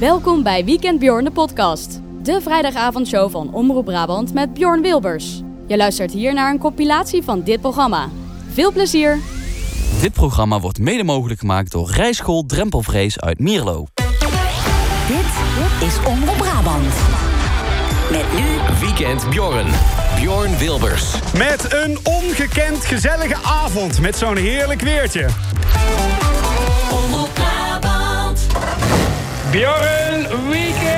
Welkom bij Weekend Bjorn, de podcast. De vrijdagavondshow van Omroep Brabant met Bjorn Wilbers. Je luistert hier naar een compilatie van dit programma. Veel plezier! Dit programma wordt mede mogelijk gemaakt door Rijschool Drempelvrees uit Mierlo. Dit is Omroep Brabant. Met nu Weekend Bjorn. Bjorn Wilbers. Met een ongekend gezellige avond met zo'n heerlijk weertje. Omroep Brabant. Bjorn Weekend!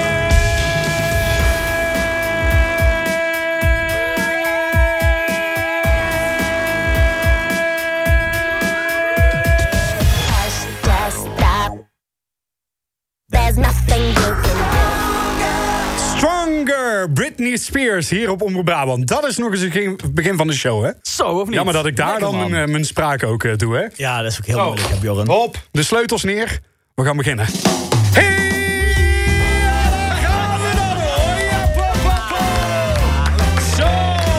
There's nothing you can do. Stronger, Britney Spears hier op Omroep Brabant. Dat is nog eens het begin van de show, hè? Zo, of niet? Jammer dat ik daar Lekker, dan mijn spraak ook doe, hè? Ja, dat is ook heel moeilijk, hè, Bjorn. Hop, de sleutels neer. We gaan beginnen. Hey, daar gaan we dan, hoor. Ja, Zo,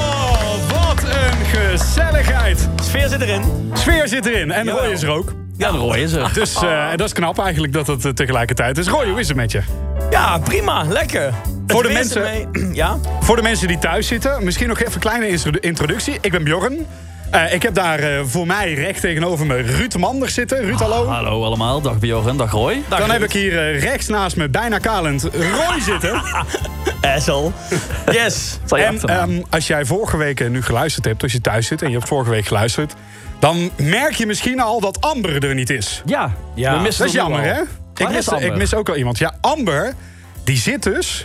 wat een gezelligheid. Sfeer zit erin. Sfeer zit erin en Jawel. Roy is er ook. Ja, de Roy is er. Dus dat is knap eigenlijk dat het tegelijkertijd is. Roy, hoe is het met je? Ja, prima. Lekker. Voor de Het mensen- mee- Ja? Voor de mensen die thuis zitten, misschien nog even een kleine introductie. Ik ben Bjorn. Ik heb daar voor mij recht tegenover me Ruud Manders zitten. Ruud, hallo. Hallo allemaal, dag Bjorn, dag Roy. Dan heb ik hier rechts naast me, bijna kalend, Roy zitten. Asshole. Yes. Zal je En achternaam? als jij vorige week nu geluisterd hebt, als je thuis zit en je hebt vorige week geluisterd, dan merk je misschien al dat Amber er niet is. Ja, Ja, we missen Dat is het jammer, nog hè? wel. Waar is Amber? Ik mis ook al iemand. Ja, Amber, die zit dus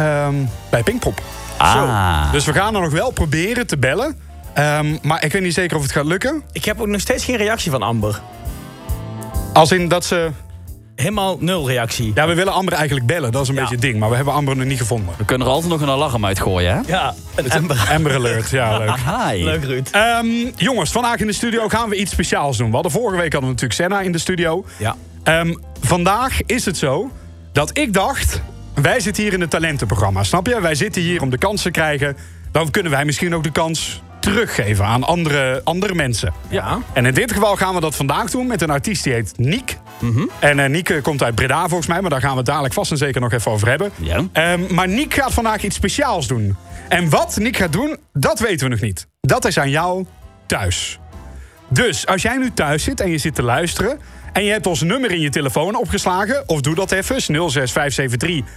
bij Pinkpop. Ah. Dus we gaan er nog wel proberen te bellen. Maar ik weet niet zeker of het gaat lukken. Ik heb ook nog steeds geen reactie van Amber. Als in dat ze... Helemaal nul reactie. Ja, we willen Amber eigenlijk bellen. Dat is een beetje het ding. Maar we hebben Amber nog niet gevonden. We kunnen er altijd nog een alarm uitgooien, hè? Ja, een Amber. Amber Alert, ja, leuk. Hi. Leuk, Ruud. Jongens, vandaag in de studio gaan we iets speciaals doen. We hadden vorige week hadden we natuurlijk Senna in de studio. Ja. Vandaag is het zo dat ik dacht... Wij zitten hier in het talentenprogramma, snap je? Wij zitten hier om de kans te krijgen. Dan kunnen wij misschien ook de kans teruggeven aan andere mensen. Ja. En in dit geval gaan we dat vandaag doen met een artiest die heet Niek. En Niek komt uit Breda volgens mij, maar daar gaan we het dadelijk vast en zeker nog even over hebben. Ja. Maar Niek gaat vandaag iets speciaals doen. En wat Niek gaat doen, dat weten we nog niet. Dat is aan jou thuis. Dus als jij nu thuis zit en je zit te luisteren en je hebt ons nummer in je telefoon opgeslagen, of doe dat even, 06573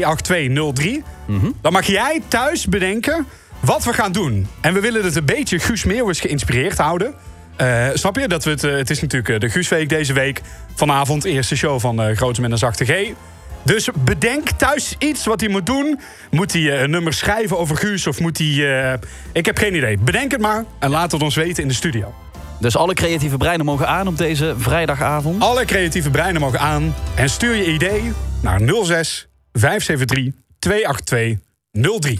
28203. Dan mag jij thuis bedenken wat we gaan doen. En we willen het een beetje Guus Meeuwis geïnspireerd houden. Snap je? Dat we het is natuurlijk de Guusweek deze week. Vanavond, eerste show van Groots met een zachte G. Dus bedenk thuis iets wat hij moet doen. Moet hij een nummer schrijven over Guus of moet hij... ik heb geen idee. Bedenk het maar en laat het ons weten in de studio. Dus alle creatieve breinen mogen aan op deze vrijdagavond. Alle creatieve breinen mogen aan. En stuur je idee naar 06 573 282 03.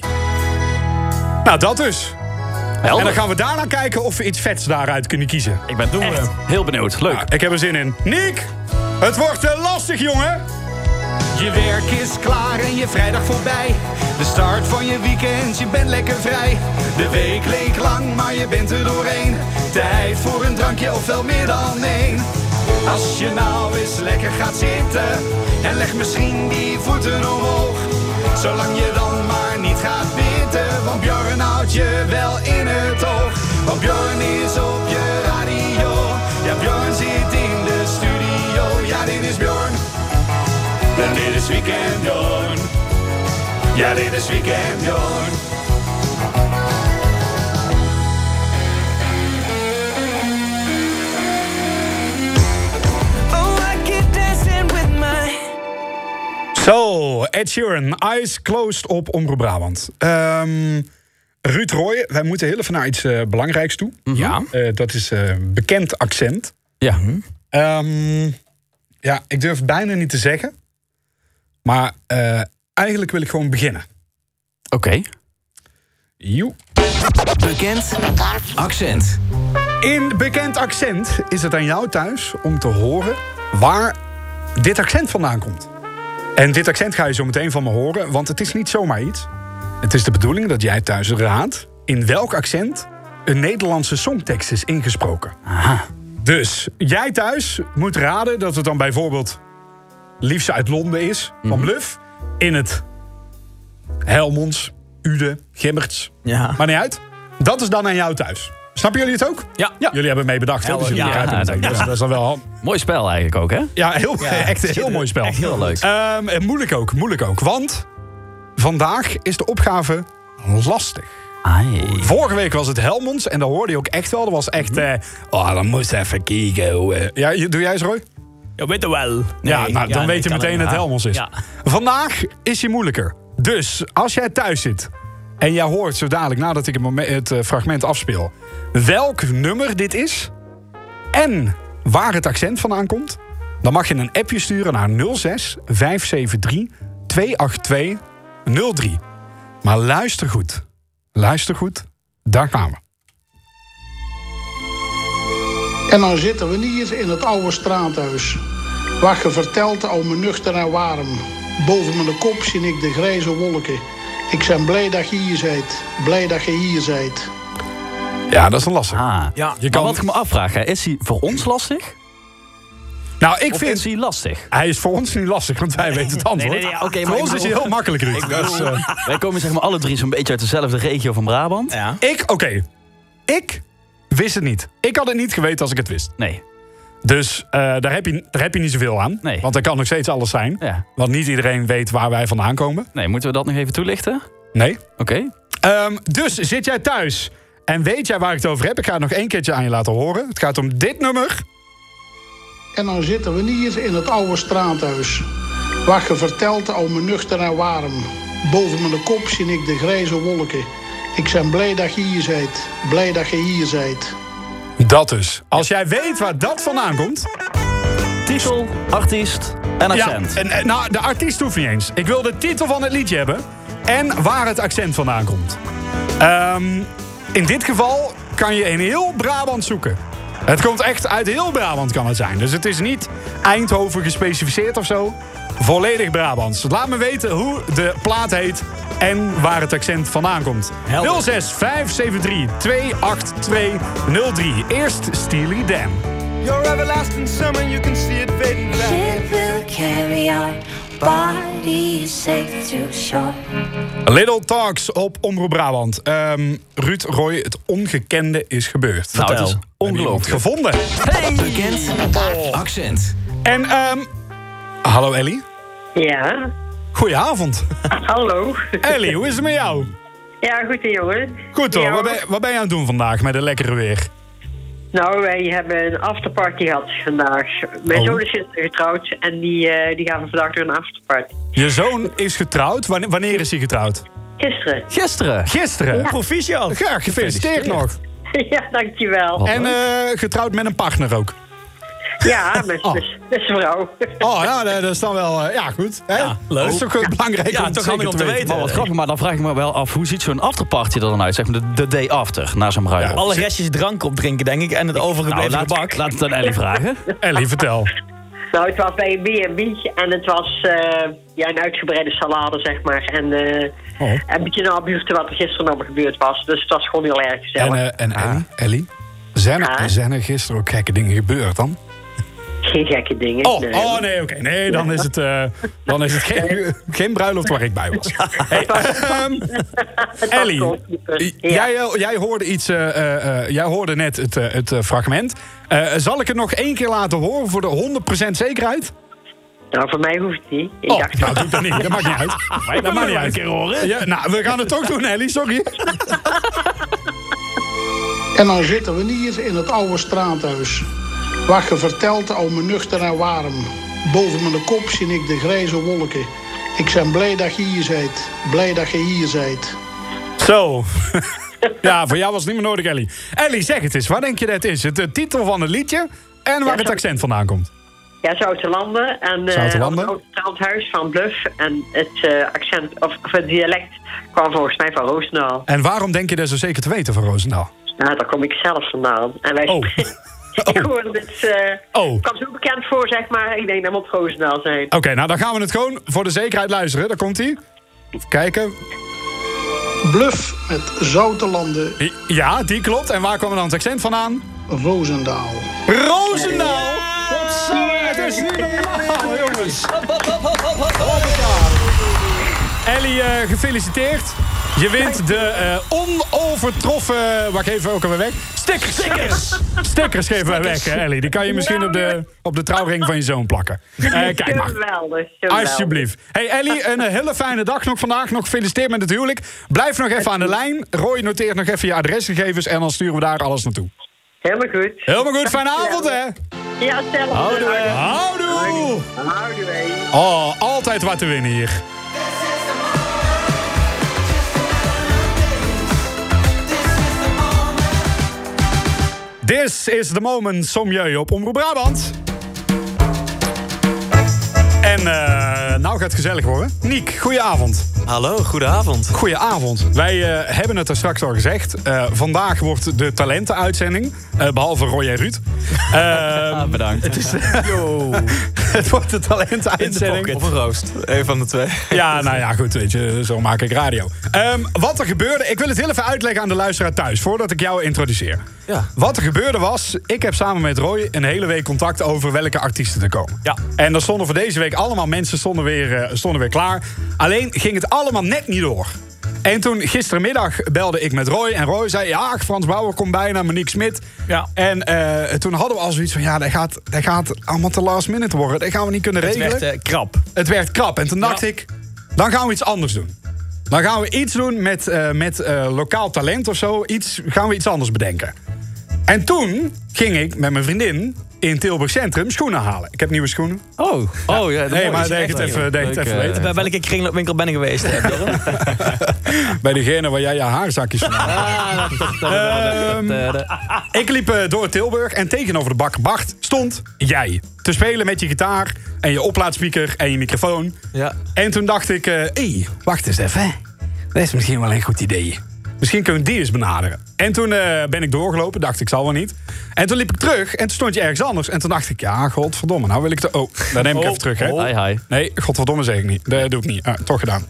Nou, dat dus. Helder. En dan gaan we daarna kijken of we iets vets daaruit kunnen kiezen. Ik ben echt heel benieuwd. Leuk. Nou, ik heb er zin in. Niek, het wordt lastig, jongen. Je werk is klaar en je vrijdag voorbij. De start van je weekend, je bent lekker vrij. De week leek lang, maar je bent er doorheen. Tijd voor een drankje of wel meer dan één. Als je nou eens lekker gaat zitten en leg misschien die voeten omhoog. Zolang je dan maar niet gaat bitten, want Bjorn houdt je wel in het oog. Want Bjorn is op je radio. Ja, Bjorn zit in de studio. Ja, dit is Bjorn. En dit is Weekend Bjorn. Ja, dit is Weekend Bjorn. Zo, Ed Sheeran, Eyes Closed op Omroep Brabant. Ruud, Roy, wij moeten heel even naar iets belangrijks toe. Ja. Dat is bekend accent. Ja. Ja, ik durf het bijna niet te zeggen. Maar eigenlijk wil ik gewoon beginnen. Oké. Joe. Bekend accent. In bekend accent is het aan jou thuis om te horen waar dit accent vandaan komt. En dit accent ga je zo meteen van me horen, want het is niet zomaar iets. Het is de bedoeling dat jij thuis raadt in welk accent een Nederlandse songtekst is ingesproken. Aha. Dus jij thuis moet raden dat het dan bijvoorbeeld liefst uit Londen is, van Bluff. In het Helmonds, Uden, Gimmerts. Ja. Maar niet uit. Dat is dan aan jou thuis. Snappen jullie het ook? Ja. Jullie hebben mee bedacht. Hè? Dus jullie Ja, begrijpen het ook. Dat is dan wel... Mooi spel eigenlijk ook, hè? Ja, echt een heel mooi spel. Echt heel leuk. En moeilijk ook. Want vandaag is de opgave lastig. Ai. Vorige week was het Helmonds en dat hoorde je ook echt wel. Dat was echt... dan moest even kijken. Ja, doe jij eens, Roy? Ja, weet je wel. Dan weet je meteen dat het Helmonds is. Ja. Vandaag is hij moeilijker. Dus als jij thuis zit en jij hoort zo dadelijk nadat ik het fragment afspeel welk nummer dit is en waar het accent vandaan komt, dan mag je een appje sturen naar 06 573 282 03. Maar luister goed. Luister goed. Daar gaan we. En dan zitten we hier in het oude straathuis. Wat je vertelt, al me nuchter en warm. Boven mijn kop zie ik de grijze wolken. Ik ben blij dat je hier bent. Blij dat je hier bent. Ja, dat is een lastig. Ja. Je kan... Maar wat ik me afvraag, hè, is hij voor ons lastig? Nou, ik Of vind... is hij lastig? Hij is voor ons niet lastig, want wij weten het antwoord. Nee, oké, maar voor ik ons is hij bedoel- heel makkelijk, Ruud. Wij komen zeg maar alle drie zo'n beetje uit dezelfde regio van Brabant. Ja. Ik wist het niet. Ik had het niet geweten als ik het wist. Nee. Dus daar heb je niet zoveel aan. Nee. Want er kan nog steeds alles zijn. Ja. Want niet iedereen weet waar wij vandaan komen. Nee, moeten we dat nog even toelichten? Nee. Oké. Dus zit jij thuis en weet jij waar ik het over heb? Ik ga het nog 1 keertje aan je laten horen. Het gaat om dit nummer. En dan zitten we hier in het oude straathuis. Wat je vertelt, al me nuchter en warm. Boven mijn kop zie ik de grijze wolken. Ik ben blij dat je hier bent. Blij dat je hier bent. Dat dus. Als jij weet waar dat vandaan komt... Titel, artiest en accent. Ja, nou, de artiest hoeft niet eens. Ik wil de titel van het liedje hebben. En waar het accent vandaan komt. In dit geval kan je in heel Brabant zoeken. Het komt echt uit heel Brabant kan het zijn. Dus het is niet Eindhoven gespecificeerd of zo. Volledig Brabants. Laat me weten hoe de plaat heet en waar het accent vandaan komt. Helder. 06 573 282 03. Eerst Steely Dan. Your everlasting summer, you can see it fading fast. Ship will carry our bodies safe to shore. Little Talks op Omroep Brabant. Ruud, Roy, het ongekende is gebeurd. Nou, het is Iemand ongelooflijk. gevonden. Bekend accent. En, hallo Ellie. Ja, Goedenavond. hallo. Ellie, hoe is het met jou? Ja, goed jongen. Goed hoor, Ja, wat ben je aan het doen vandaag met het lekkere weer? Nou, wij hebben een afterparty gehad vandaag. Mijn Oh. zoon is gisteren getrouwd en die gaan we vandaag door een afterparty. Je zoon is getrouwd. Wanneer is hij getrouwd? Gisteren. Gisteren. Gisteren. Proficiat. Ja, gefeliciteerd nog. Ja, dankjewel. En getrouwd met een partner ook. Ja, met zijn vrouw. Oh ja, dat is dan wel... ja, goed. Hè? Ja, leuk. Dat is toch belangrijk Ja, om toch zeker handig om te weten. Maar wat grappig, maar dan vraag ik me wel af, hoe ziet zo'n afterparty er dan uit? Zeg maar de day after, na zo'n bruiloft. Alle restjes drank opdrinken, denk ik. En het overgebleven gebak. laat het aan Ellie vragen. Ellie, vertel. Nou, het was bij een B&B en het was een uitgebreide salade, zeg maar. En een beetje nabuurte wat er gisteren allemaal gebeurd was. Dus het was gewoon heel erg gezellig. En Ellie, zijn er gisteren ook gekke dingen gebeurd dan? Geen gekke dingen. Nee, oké. Nee, dan is het geen bruiloft waar ik bij was. Hey, Ellie, jij hoorde iets. Jij hoorde net het fragment. Zal ik het nog 1 keer laten horen voor de 100% zekerheid? Nou, voor mij hoeft het niet. Ik dacht, Nou, doe dat niet. Dat maakt niet uit. Dat maakt niet uit. een keer horen. Ja, nou, we gaan het toch doen, Ellie. Sorry. En dan zitten we hier in het oude straathuis. Wat je vertelt, al me nuchter en warm. Boven mijn kop zie ik de grijze wolken. Ik ben blij dat je hier bent. Blij dat je hier bent. Zo. Ja, voor jou was het niet meer nodig, Ellie. Ellie, zeg het eens. Wat denk je dat het is? Het titel van het liedje en waar het accent vandaan komt. ja, Zoutelanden. En Zoutelanden? het strandhuis van Bluff. En het accent, of het dialect, kwam volgens mij van Roosendaal. En waarom denk je dat zo zeker te weten van Roosendaal? Nou, daar kom ik zelf vandaan. En wij Oh. ik hoorde dit... Oh. kwam zo bekend voor, zeg maar. Ik denk dat moet Roosendaal zijn. Oké, nou dan gaan we het gewoon voor de zekerheid luisteren. Daar komt hij. Even kijken. Bluff met Zoutelanden, Ja, die klopt. En waar kwam dan het accent vandaan? Roosendaal. Roosendaal! Wat zo, het is niet normaal, jongens. Ellie, gefeliciteerd. Je wint de onovertroffen... Wacht even, ook alweer weg. Stickers geven wij weg, Ellie. Die kan je misschien op de trouwring van je zoon plakken. Kijk maar. Geweldig. Alsjeblieft. Hey Ellie, een hele fijne dag nog vandaag. Nog gefeliciteerd met het huwelijk. Blijf nog even aan de lijn. Roy noteert nog even je adresgegevens en dan sturen we daar alles naartoe. Helemaal goed. Helemaal goed. Fijne avond, hè? Ja, hetzelfde. Houdoe. Houdoe. Oh, altijd wat te winnen hier. This is the moment, Somjeu op Omroep Brabant. En nou gaat het gezellig worden. Niek, goedenavond. Hallo, goedenavond. Goedenavond. Wij hebben het er straks al gezegd. Vandaag wordt de talentenuitzending. Behalve Roy en Ruud. Bedankt. Het wordt de talentenuitzending. Of een roost. Eén van de twee. Ja, nou ja, goed. Weet je, zo maak ik radio. Wat er gebeurde... Ik wil het heel even uitleggen aan de luisteraar thuis... voordat ik jou introduceer. Ja. Wat er gebeurde was... Ik heb samen met Roy een hele week contact over welke artiesten er komen. Ja. En er stonden voor deze week allemaal mensen stonden weer klaar. Alleen ging het allemaal net niet door. En toen gistermiddag belde ik met Roy. En Roy zei, ja, Frans Bauer komt bijna, Monique Smit. Ja. En toen hadden we al zoiets van, ja, dat gaat allemaal te last minute worden. Dat gaan we niet kunnen regelen. Het werd krap. Het werd krap. En toen dacht ik, dan gaan we iets anders doen. Dan gaan we iets doen met lokaal talent of zo. Gaan we iets anders bedenken. En toen ging ik met mijn vriendin in Tilburg Centrum schoenen halen. Ik heb nieuwe schoenen. Oh ja. Nee, maar denk het even weten. Bij welke kringloopwinkel ben ik geweest? Bij degene waar jij je haarzakjes van had. Ik liep door Tilburg en tegenover de bakker Bart stond jij. Te spelen met je gitaar en je oplaadspeaker en je microfoon. Ja. En toen dacht ik, wacht eens even. Dat is misschien wel een goed idee. Misschien kunnen we die eens benaderen. En toen ben ik doorgelopen, dacht ik zal wel niet. En toen liep ik terug en toen stond je ergens anders. En toen dacht ik, ja, godverdomme, nou wil ik de... Oh, dat neem ik even terug, hè. Hi. Nee, godverdomme zeg ik niet. Dat doe ik niet. Toch gedaan.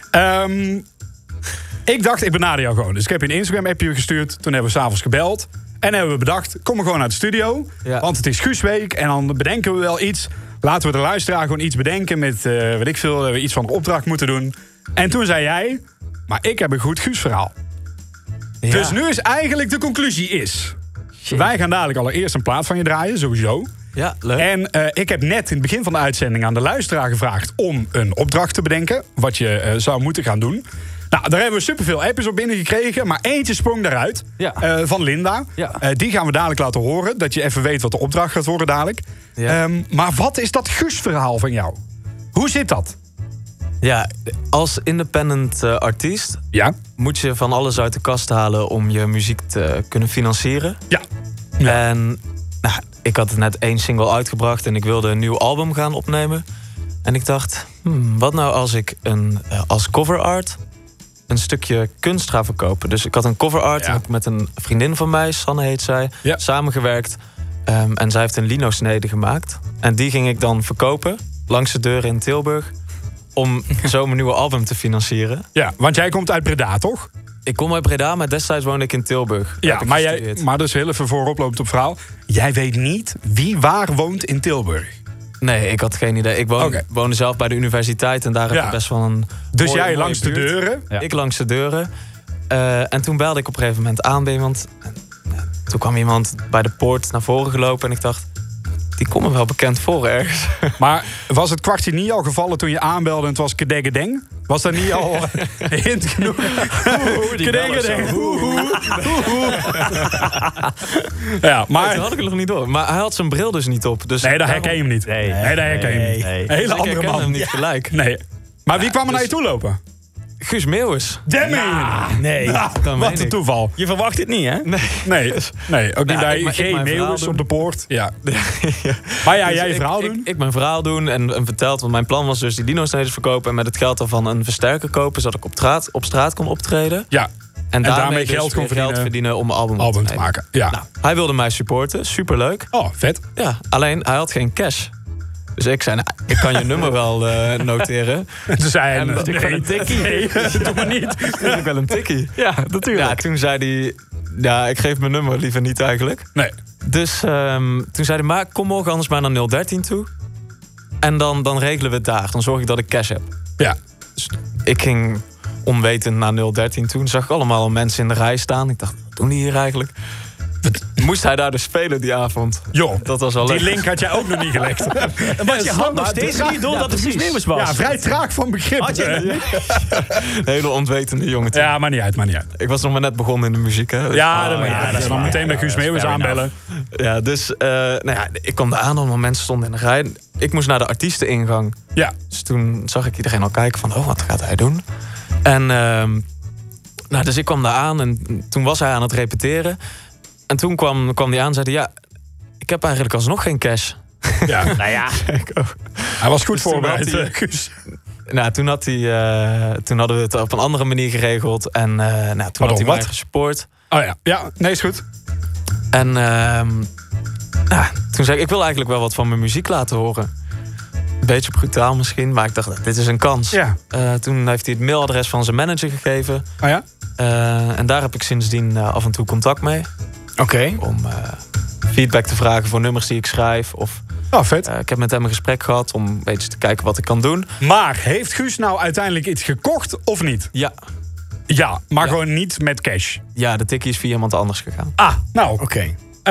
Ik dacht, ik benader jou gewoon. Dus ik heb je een Instagram-appje gestuurd. Toen hebben we 's avonds gebeld. En hebben we bedacht, kom maar gewoon naar de studio. Ja. Want het is Guusweek en dan bedenken we wel iets. Laten we de luisteraar gewoon iets bedenken met, weet ik veel, dat we iets van de opdracht moeten doen. En toen zei jij, maar ik heb een goed Guus-verhaal. Ja. Dus nu is eigenlijk de conclusie is... Wij gaan dadelijk allereerst een plaat van je draaien, sowieso. Ja, leuk. En ik heb net in het begin van de uitzending aan de luisteraar gevraagd... om een opdracht te bedenken, wat je zou moeten gaan doen. Nou, daar hebben we superveel appjes op binnengekregen... maar eentje sprong daaruit, van Linda. Ja. Die gaan we dadelijk laten horen, dat je even weet wat de opdracht gaat worden dadelijk. Ja. Maar wat is dat Guus-verhaal van jou? Hoe zit dat? Ja, als independent artiest moet je van alles uit de kast halen om je muziek te kunnen financieren. Ja. En ik had net 1 single uitgebracht en ik wilde een nieuw album gaan opnemen. En ik dacht, wat nou als ik als cover art een stukje kunst ga verkopen. Dus ik had een cover art en heb met een vriendin van mij, Sanne heet zij, samengewerkt. En zij heeft een lino-snede gemaakt. En die ging ik dan verkopen langs de deuren in Tilburg. Om zo mijn nieuwe album te financieren. Ja, want jij komt uit Breda, toch? Ik kom uit Breda, maar destijds woonde ik in Tilburg. Ja, maar dus heel even vooroplopend op verhaal. Jij weet niet wie waar woont in Tilburg? Nee, ik had geen idee. Ik woonde zelf bij de universiteit en daar heb ik best wel een Dus jij langs de deuren? Ja. Ik langs de deuren. En toen belde ik op een gegeven moment aan bij iemand. Toen kwam iemand bij de poort naar voren gelopen en ik dacht... Die komen wel bekend voor ergens. Maar was het kwartje niet al gevallen toen je aanbelde en het was kedeggedeng? Was dat niet al hint genoeg? Kedeggedeng. Ja, maar... Dat had ik nog niet door. Maar hij had zijn bril dus niet op. Dus nee, dat herken je hem niet. Nee, dat herken je hem niet. Een hele dus andere man. Hem niet gelijk. Nee. Maar wie kwam er naar je toe lopen? Guus Meeuwis. Nee. Wat een toeval. Je verwacht het niet, hè? Nee. Ook niet bij G. Meeuwis op de poort. Ja. Maar ja, dus jij verhaal doen. Ik mijn verhaal doen en verteld. Want mijn plan was dus die dino-snedes verkopen. En met het geld daarvan een versterker kopen. Zodat ik op straat kon optreden. Ja. En daarmee dus geld kon verdienen om een album te maken. Ja. Nou, hij wilde mij supporten. Superleuk. Oh, vet. Ja, alleen hij had geen cash. Dus ik zei, ik kan je nummer wel noteren. En toen zei hij, dat ik wel een tikkie. Nee, doe maar niet. Dat ik wel een tikkie. Ja, natuurlijk. Ja, toen zei hij, ja, ik geef mijn nummer liever niet eigenlijk. Nee. Dus toen zei hij, maar kom morgen anders maar naar 013 toe. En dan regelen we het daar. Dan zorg ik dat ik cash heb. Ja. Dus ik ging onwetend naar 013. Toen zag ik allemaal mensen in de rij staan. Ik dacht, wat doen die hier eigenlijk? Moest hij daar dus spelen die avond? Joh, dat was wel die leuk. link had jij ook nog niet gelegd. En was je had nog steeds niet door dat het Guus Meeuwis was. Ja, vrij traag van begrip. Een hele onwetende jongen. Ja, maar niet uit. Ik was nog maar net begonnen in de muziek, hè. Ja, dat is dan meteen bij Guus Meeuwis aanbellen. Ja, dus ik kwam daar aan, allemaal mensen stonden in de rij. Ik moest naar de artiesteningang. Ja. Dus toen zag ik iedereen al kijken van, wat gaat hij doen? En dus ik kwam daar aan en toen was hij aan het repeteren. En toen kwam hij aan en zei hij, ik heb eigenlijk alsnog geen cash. Ja. Nou ja. Hij was goed voorbereid, Guus. Nou, toen hadden we het op een andere manier geregeld. En toen had hij mij gesupport. Oh ja, ja, nee, is goed. En toen zei ik wil eigenlijk wel wat van mijn muziek laten horen. Een beetje brutaal misschien, maar ik dacht, dit is een kans. Ja. Toen heeft hij het mailadres van zijn manager gegeven. Oh ja? En daar heb ik sindsdien af en toe contact mee. Oké. Om feedback te vragen voor nummers die ik schrijf. Of, vet. Ik heb met hem een gesprek gehad om een beetje te kijken wat ik kan doen. Maar heeft Guus nou uiteindelijk iets gekocht of niet? Ja. Ja, maar gewoon niet met cash? Ja, de tikkie is via iemand anders gegaan. Ah, nou. Oké.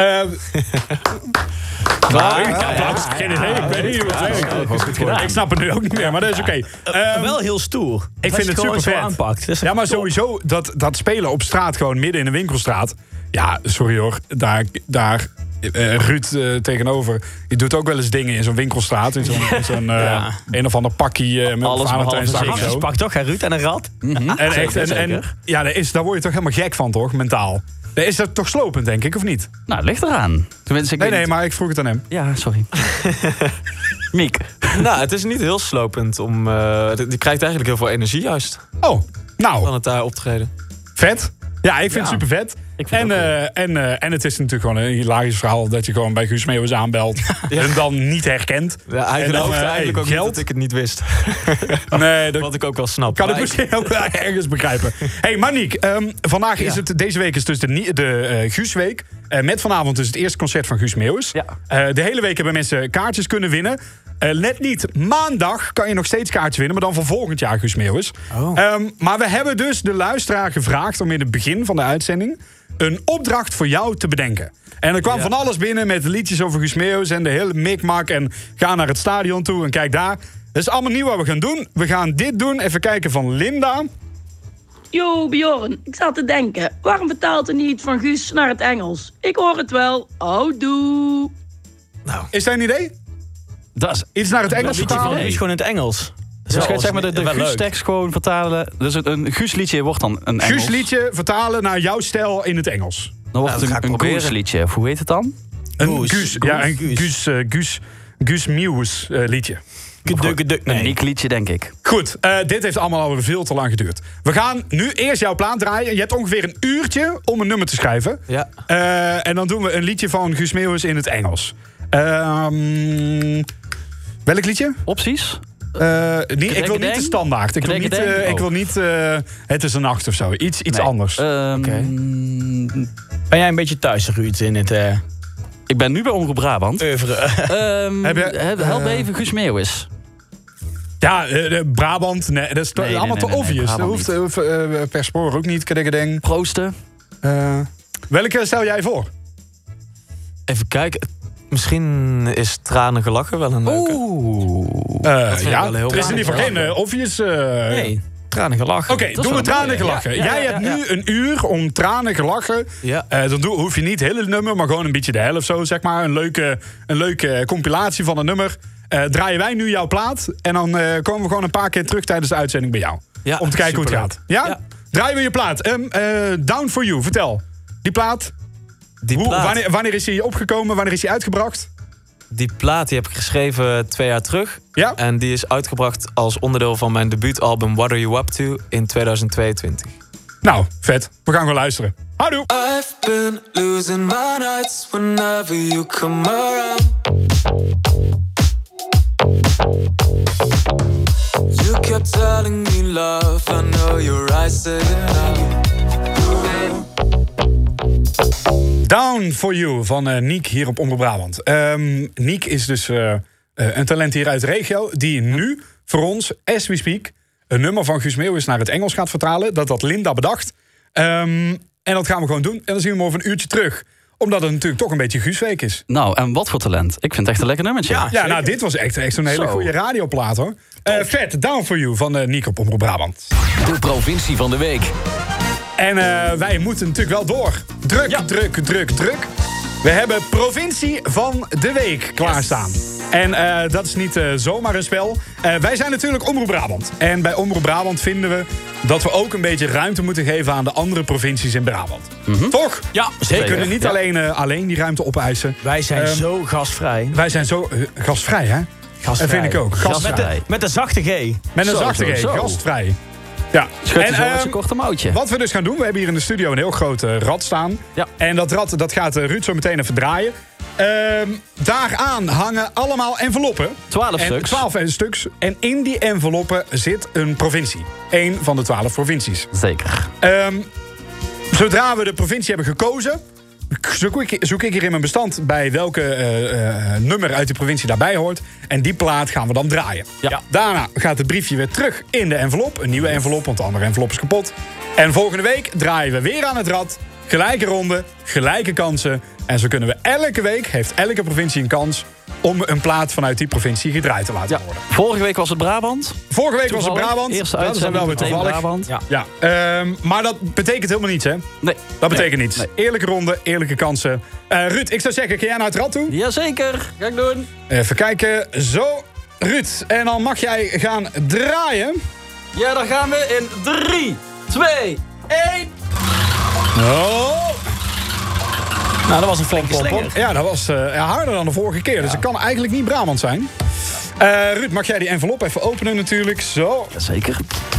Geen idee, ik weet niet. Ik snap het nu ook niet meer, maar dat is oké. Wel heel stoer. Ik vind het super vet. Aanpakt. Ja, maar sowieso dat spelen op straat, gewoon midden in de winkelstraat. Ja, sorry hoor, daar Ruud tegenover. Die doet ook wel eens dingen in zo'n winkelstraat. In zo'n een of ander pakkie met Valentijnsdag of zo. Pak toch, hè, Ruud, en een rat. Daar word je toch helemaal gek van, toch, mentaal? Is dat toch slopend, denk ik, of niet? Nou, het ligt eraan. Tenminste, nee, maar ik vroeg het aan hem. Ja, sorry. Miek. Nou, het is niet heel slopend. Die krijgt eigenlijk heel veel energie juist. Oh, nou. Van het daar optreden. Vet. Ja, ik vind het super vet. En het is natuurlijk gewoon een hilarisch verhaal dat je gewoon bij Guus Meeuwis aanbelt en dan niet herkent. Ja, eigenlijk ook geld. niet dat ik het niet wist. Nee, wat ik ook wel snap. Kan ik misschien ook ergens begrijpen. Hey, Maniek, vandaag is het, deze week is dus de Guusweek. Met vanavond dus het eerste concert van Guus Meeuwis. Ja. De hele week hebben mensen kaartjes kunnen winnen. Let niet, maandag kan je nog steeds kaartjes winnen, maar dan van volgend jaar Guus Meeuwis. Maar we hebben dus de luisteraar gevraagd om in het begin van de uitzending een opdracht voor jou te bedenken. En er kwam van alles binnen met liedjes over Guus Meeuwis en de hele mikmak en ga naar het stadion toe en kijk daar. Dat is allemaal nieuw wat we gaan doen. We gaan dit doen. Even kijken van Linda. Yo, Bjorn, ik zat te denken, waarom vertaalt hij niet van Guus naar het Engels? Ik hoor het wel. Houdoe. Nou. Is dat een idee? Dat is iets naar het Engels vertalen? Is gewoon in het Engels. Dus je zeg maar de Guus-tekst gewoon vertalen. Dus een Guus-liedje wordt dan een Engels. Guus-liedje vertalen naar jouw stijl in het Engels. Dan wordt het een Guus-liedje. Hoe heet het dan? Een Guus Meeuwis liedje. Een Niek-liedje, denk ik. Goed, dit heeft allemaal al veel te lang geduurd. We gaan nu eerst jouw plaat draaien. Je hebt ongeveer een uurtje om een nummer te schrijven. Ja. En dan doen we een liedje van Guus Meeuwis in het Engels. Welk liedje? Opties? Ik wil niet de standaard. Ik wil niet Het is een nacht of zo. Iets anders. Ben jij een beetje thuis, Ruud, in het... Ik ben nu bij Omroep Brabant. Help me even Guus Meeuwis. Ja, Brabant, nee, dat is allemaal te obvious. Dat hoeft per spoor ook niet. Kadekkedeng. Proosten. Welke stel jij voor? Even kijken. Misschien is Tranen gelachen wel een leuke. Er is in ieder geval geen obvious... Nee, Tranen gelachen. Oké, doen we Tranen gelachen. Jij hebt nu een uur om Tranen gelachen. Ja. Dan hoef je niet het hele nummer, maar gewoon een beetje de helft zo, zeg maar. Een leuke compilatie van een nummer. Draaien wij nu jouw plaat. En dan komen we gewoon een paar keer terug tijdens de uitzending bij jou. Ja, om te kijken hoe het gaat. Ja? Draaien we je plaat. Down for You, vertel. Die plaat... Wanneer is hij opgekomen? Wanneer is hij uitgebracht? Die plaat die heb ik geschreven 2 jaar terug. Ja? En die is uitgebracht als onderdeel van mijn debuutalbum What Are You Up To in 2022. Nou, vet. We gaan gewoon luisteren. Houdoe! I've been losing my nights whenever you come around. You kept telling me love, I know your eyes say no. Down for You van Niek hier op Omroep Brabant. Niek is dus een talent hier uit de regio... die nu voor ons, as we speak... een nummer van Guus Meeuwis naar het Engels gaat vertalen. Dat had Linda bedacht. En dat gaan we gewoon doen. En dan zien we hem over een uurtje terug. Omdat het natuurlijk toch een beetje Guusweek is. Nou, en wat voor talent. Ik vind het echt een lekker nummertje. Ja, nou, dit was echt zo'n hele goede radioplaat, hoor. Vet, Down For You van Nico op Omroep Brabant. De provincie van de week. En wij moeten natuurlijk wel door. Druk. We hebben provincie van de week klaarstaan. En dat is niet zomaar een spel. Wij zijn natuurlijk Omroep Brabant. En bij Omroep Brabant vinden we dat we ook een beetje ruimte moeten geven aan de andere provincies in Brabant. Toch? Ja, zeker. We kunnen niet alleen die ruimte opeisen. Wij zijn zo gastvrij. Wij zijn zo gastvrij, hè? Gastvrij. Dat vind ik ook. Gastvrij. Met een zachte G. Met een zachte G, gastvrij. Ja. Schud zo uit zijn korte mouwtje. Wat we dus gaan doen, we hebben hier in de studio een heel groot rad staan. Ja. En dat rad dat gaat Ruud zo meteen even draaien. Daaraan hangen allemaal enveloppen. 12 stuks. 12 stuks. En in die enveloppen zit een provincie. Eén van de 12 provincies. Zeker. Zodra we de provincie hebben gekozen... zoek ik hier in mijn bestand bij welke nummer uit de provincie daarbij hoort. En die plaat gaan we dan draaien. Ja. Daarna gaat het briefje weer terug in de envelop. Een nieuwe envelop, want de andere envelop is kapot. En volgende week draaien we weer aan het rad. Gelijke ronde, gelijke kansen. En zo kunnen we elke week, heeft elke provincie een kans... om een plaat vanuit die provincie gedraaid te laten worden. Vorige week was het Brabant. Vorige week was het Brabant. Eerste dat is dan wel weer toevallig. Brabant. Ja. Maar dat betekent helemaal niets, hè? Nee. Dat betekent niets. Nee. Eerlijke ronde, eerlijke kansen. Ruud, ik zou zeggen, kun jij naar het rad toe? Jazeker, ga ik doen. Even kijken. Zo, Ruud. En dan mag jij gaan draaien. Ja, dan gaan we in 3, 2, 1... Oh. Nou, dat was een flinke slinger. Ja, dat was harder dan de vorige keer. Dus het kan eigenlijk niet Brabant zijn. Ruud, mag jij die envelop even openen natuurlijk? Zo. Jazeker.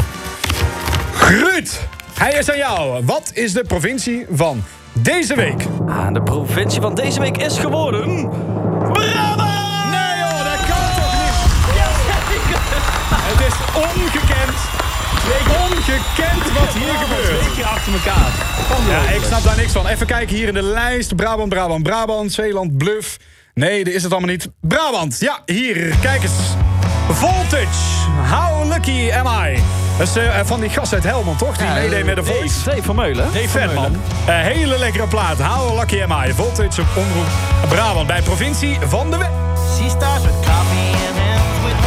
Ruud, hij is aan jou. Wat is de provincie van deze week? De provincie van deze week is geworden... Brabant! Nee joh, dat kan toch niet? Jazeker! Het is ongekend. Ongekend wat hier gebeurt. 2 keer achter elkaar. Ja, ik snap daar niks van. Even kijken hier in de lijst. Brabant, Zeeland, Bluff. Nee, dit is het allemaal niet. Brabant, ja, hier, kijk eens. Voltage, How Lucky Am I? Dat is van die gast uit Helmond, toch? Die meedeed met de Voice. Dave Vermeulen. Vet, man. Hele lekkere plaat. How Lucky Am I? Voltage op Omroep Brabant bij provincie van de week. She starts with coffee and ends with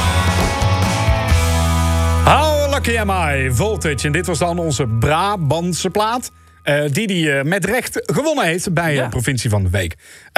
wine. How Lucky Am I? Voltage. En dit was dan onze Brabantse plaat. Die met recht gewonnen heeft bij de provincie van de week.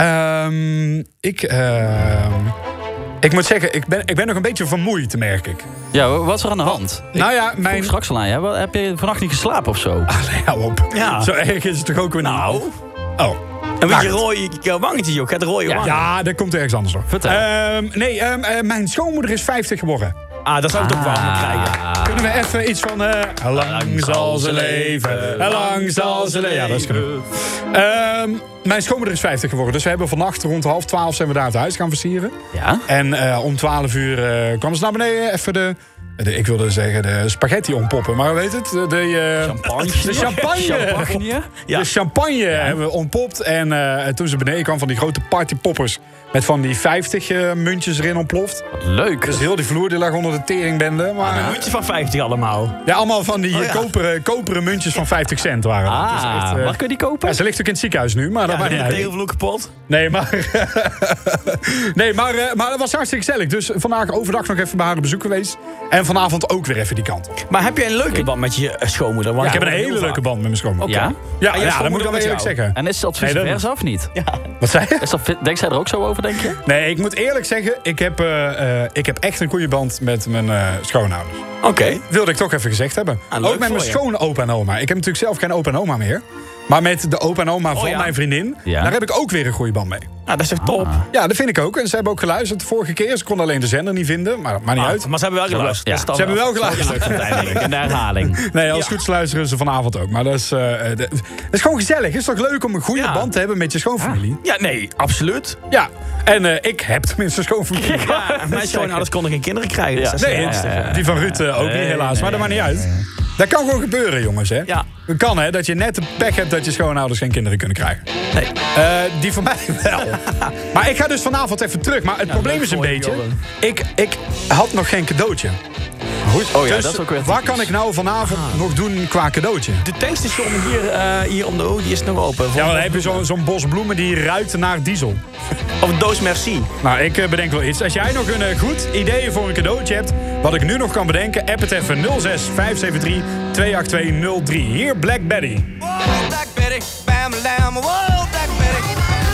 Ik moet zeggen, ik ben nog een beetje vermoeid, merk ik. Ja, wat is er aan de hand? Nou ja, vroeg straks al aan je. Heb je vannacht niet geslapen of zo? Nee, hou op. Ja. Zo erg is het toch ook weer niet? Nou. Oh. Een beetje rooi wangetje, joh. Gaat rooie wangen. Ja, dat komt ergens anders nog. Vertel. Mijn schoonmoeder is 50 geworden. Dat zou ik toch wel moeten krijgen. Kunnen we even iets van... lang zal ze leven, lang zal ze leven. Ja, dat is genoeg. Mijn schoonmoeder is 50 geworden. Dus we hebben vannacht rond 11:30 zijn we daar het huis gaan versieren. Ja. En om 12 uur kwamen ze naar beneden even ik wilde zeggen de spaghetti ontpoppen, maar weet het? Champagne. De champagne. Ja. De champagne hebben we ontpopt. En toen ze beneden kwam van die grote partypoppers... met van die 50 muntjes erin ontploft. Wat leuk. Dus heel die vloer die lag onder de teringbende. Maar, muntjes van 50 allemaal. Ja, allemaal van die koperen muntjes van 50 cent waren dat. Dus echt, waar kun je die kopen? Ja, ze ligt ook in het ziekenhuis nu, maar dat maakt niet uit. Tegelvloer kapot. Nee, maar dat was hartstikke gezellig. Dus vandaag overdag nog even bij haar op bezoek geweest. En vanavond ook weer even die kant op. Maar heb je een leuke band met je schoonmoeder? Want ik heb een hele leuke band met mijn schoonmoeder. Ja? Ja, dat moet ik dan eerlijk zeggen. En is dat vice versa of niet? Ja. Wat zei je? Denkt zij er ook zo over, denk je? Nee, ik moet eerlijk zeggen, ik heb echt een goede band met mijn schoonouders. Oké. Wilde ik toch even gezegd hebben. Ook met mijn schoonopa en oma. Ik heb natuurlijk zelf geen opa en oma meer. Maar met de opa en oma van mijn vriendin, daar heb ik ook weer een goede band mee. Dat is echt top. Ja, dat vind ik ook. En ze hebben ook geluisterd de vorige keer. Ze konden alleen de zender niet vinden, maar maakt niet uit. Maar ze hebben wel geluisterd. Ja. Ze hebben wel geluisterd. Uiteindelijk, in de herhaling. Nee, als het goed luisteren ze vanavond ook. Maar dat is gewoon gezellig. Het is toch leuk om een goede band te hebben met je schoonfamilie? Ja, nee, absoluut. Ja, en ik heb tenminste een schoonfamilie. Ja, mijn schoonouders konden geen kinderen krijgen. Dus die van Ruud ook niet helaas, maar dat maakt niet uit. Dat kan gewoon gebeuren, jongens, hè? Ja. Het kan, hè, dat je net de pech hebt dat je schoonouders geen kinderen kunnen krijgen. Nee. Die van mij wel. Maar ik ga dus vanavond even terug. Maar het probleem is een beetje... Ik had nog geen cadeautje. Oh ja, dus dat is ook weer waar kan ik nou vanavond nog doen qua cadeautje? De tankstation hier om de hoek, die is nog open. Ja, maar dan heb je zo'n bos bloemen die ruikt naar diesel. Of een doos merci. Nou, ik bedenk wel iets. Als jij nog een goed idee voor een cadeautje hebt... wat ik nu nog kan bedenken, app het even 06 573 28203. Hier Black Betty. Black Betty, bam, lam, whoa, Black Betty.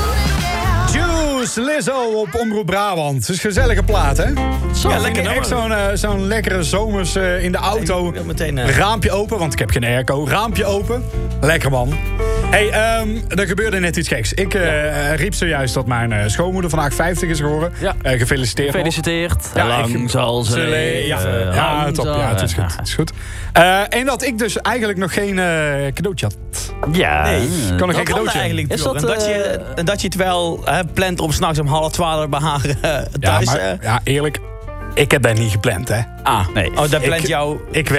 Juice Lizzo op Omroep Brabant. Het is een gezellige plaat, hè? Ja, lekker echt zo'n lekkere zomers in de auto. Raampje open, want ik heb geen airco. Raampje open. Lekker, man. Hey, er gebeurde net iets geks. Ik riep zojuist dat mijn schoonmoeder vandaag 50 is geworden. Ja. Gefeliciteerd. Gefeliciteerd. Ja, lang zal ze leven. Ja, top. Ja, het is goed. Het is goed. En dat ik dus eigenlijk nog geen cadeautje had. Ja. Nee, kan nog geen cadeautje eigenlijk. Is dat, dat je het wel plant om s'nachts om 11:30 bij haar thuis. Ja, maar, ja, eerlijk. Ik heb dat niet gepland, hè? Nee. Oh, dat plant jou.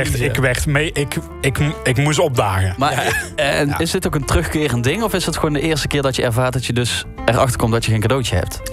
Ik moest opdagen. Maar is dit ook een terugkerend ding? Of is het gewoon de eerste keer dat je ervaart dat je dus erachter komt dat je geen cadeautje hebt?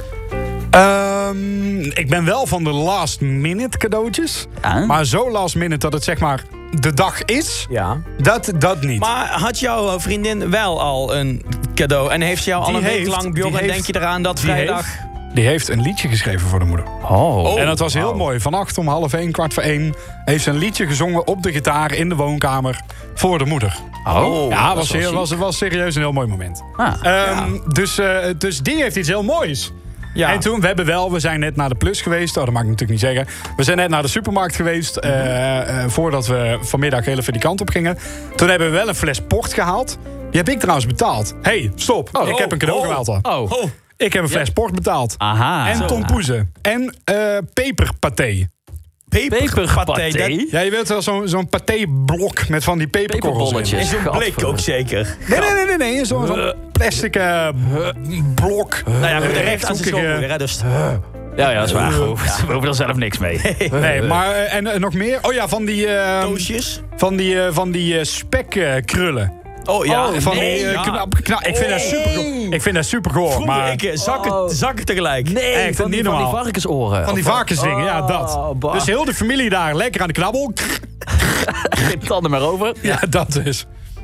Ik ben wel van de last minute cadeautjes. Ja. Maar zo last minute dat het zeg maar de dag is. Ja. Dat niet. Maar had jouw vriendin wel al een cadeau? En heeft ze jou al een week lang, Bjorn, denk je eraan dat vrijdag... Die heeft een liedje geschreven voor de moeder. Oh. En dat was heel mooi. Van 8 om 12:30, 1:15... heeft ze een liedje gezongen op de gitaar in de woonkamer voor de moeder. Oh. Ja, was serieus een heel mooi moment. Dus die heeft iets heel moois. Ja. En toen, we zijn net naar de Plus geweest. Oh, dat mag ik natuurlijk niet zeggen. We zijn net naar de supermarkt geweest. Voordat we vanmiddag heel even die kant op gingen. Toen hebben we wel een fles port gehaald. Die heb ik trouwens betaald. Hey, stop. Ik heb een cadeau gehaald. Ik heb een fles port betaald. Aha. En tompoezen. En peperpaté. Peperpaté? Ja, je weet wel, zo'n patéblok met van die peperkorrels in. En zo'n blik ook zeker? Nee. Zo'n plastic blok. Nou ja, goed, recht aan zijn schoonmoeder, dus... Ja, dat is waar. We hoeven er zelf niks mee. Nee, maar en nog meer? Oh ja, van die... doosjes? Van die spekkrullen. Oh ja, Ik vind dat super goor. Maar zakken tegelijk. Nee, van die varkensoren. Van die varkensdingen, ja, dat. Dus heel de familie daar lekker aan de knabbel. Geen tanden maar over. Ja, dat dus.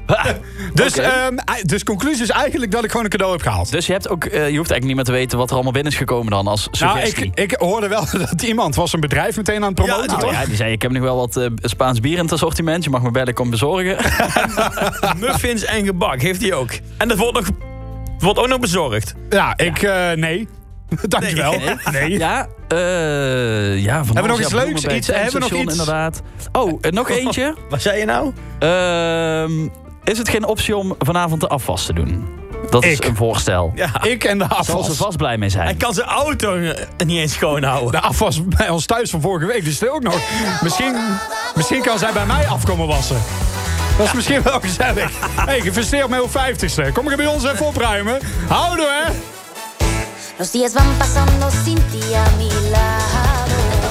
Dus conclusie is eigenlijk dat ik gewoon een cadeau heb gehaald. Dus je hebt ook, je hoeft eigenlijk niet meer te weten wat er allemaal binnen is gekomen dan als suggestie. Nou, ik hoorde wel dat iemand was een bedrijf meteen aan het promoten. Ja, die zei, ik heb nog wel wat Spaans bier in het assortiment. Je mag me bellen, ik kom bezorgen. Muffins en gebak heeft hij ook. En dat wordt ook nog bezorgd. Ja, nee. Dankjewel. Nee. Ja, hebben we nog iets leuks? Hebben we nog iets? Inderdaad. Oh, nog eentje. Wat zei je nou? Is het geen optie om vanavond de afwas te doen? Dat is een voorstel. Ja. Ik en de afwas. Zal ze vast blij mee zijn. Hij kan zijn auto niet eens schoonhouden. De afwas bij ons thuis van vorige week. Dus er ook nog. Misschien kan zij bij mij afkomen wassen. Dat is misschien wel gezellig. Hey, gefeliciteerd met uw 50ste. Kom ik bij ons even opruimen. Houden, hè? Los días van pasando sin ti a mi lado.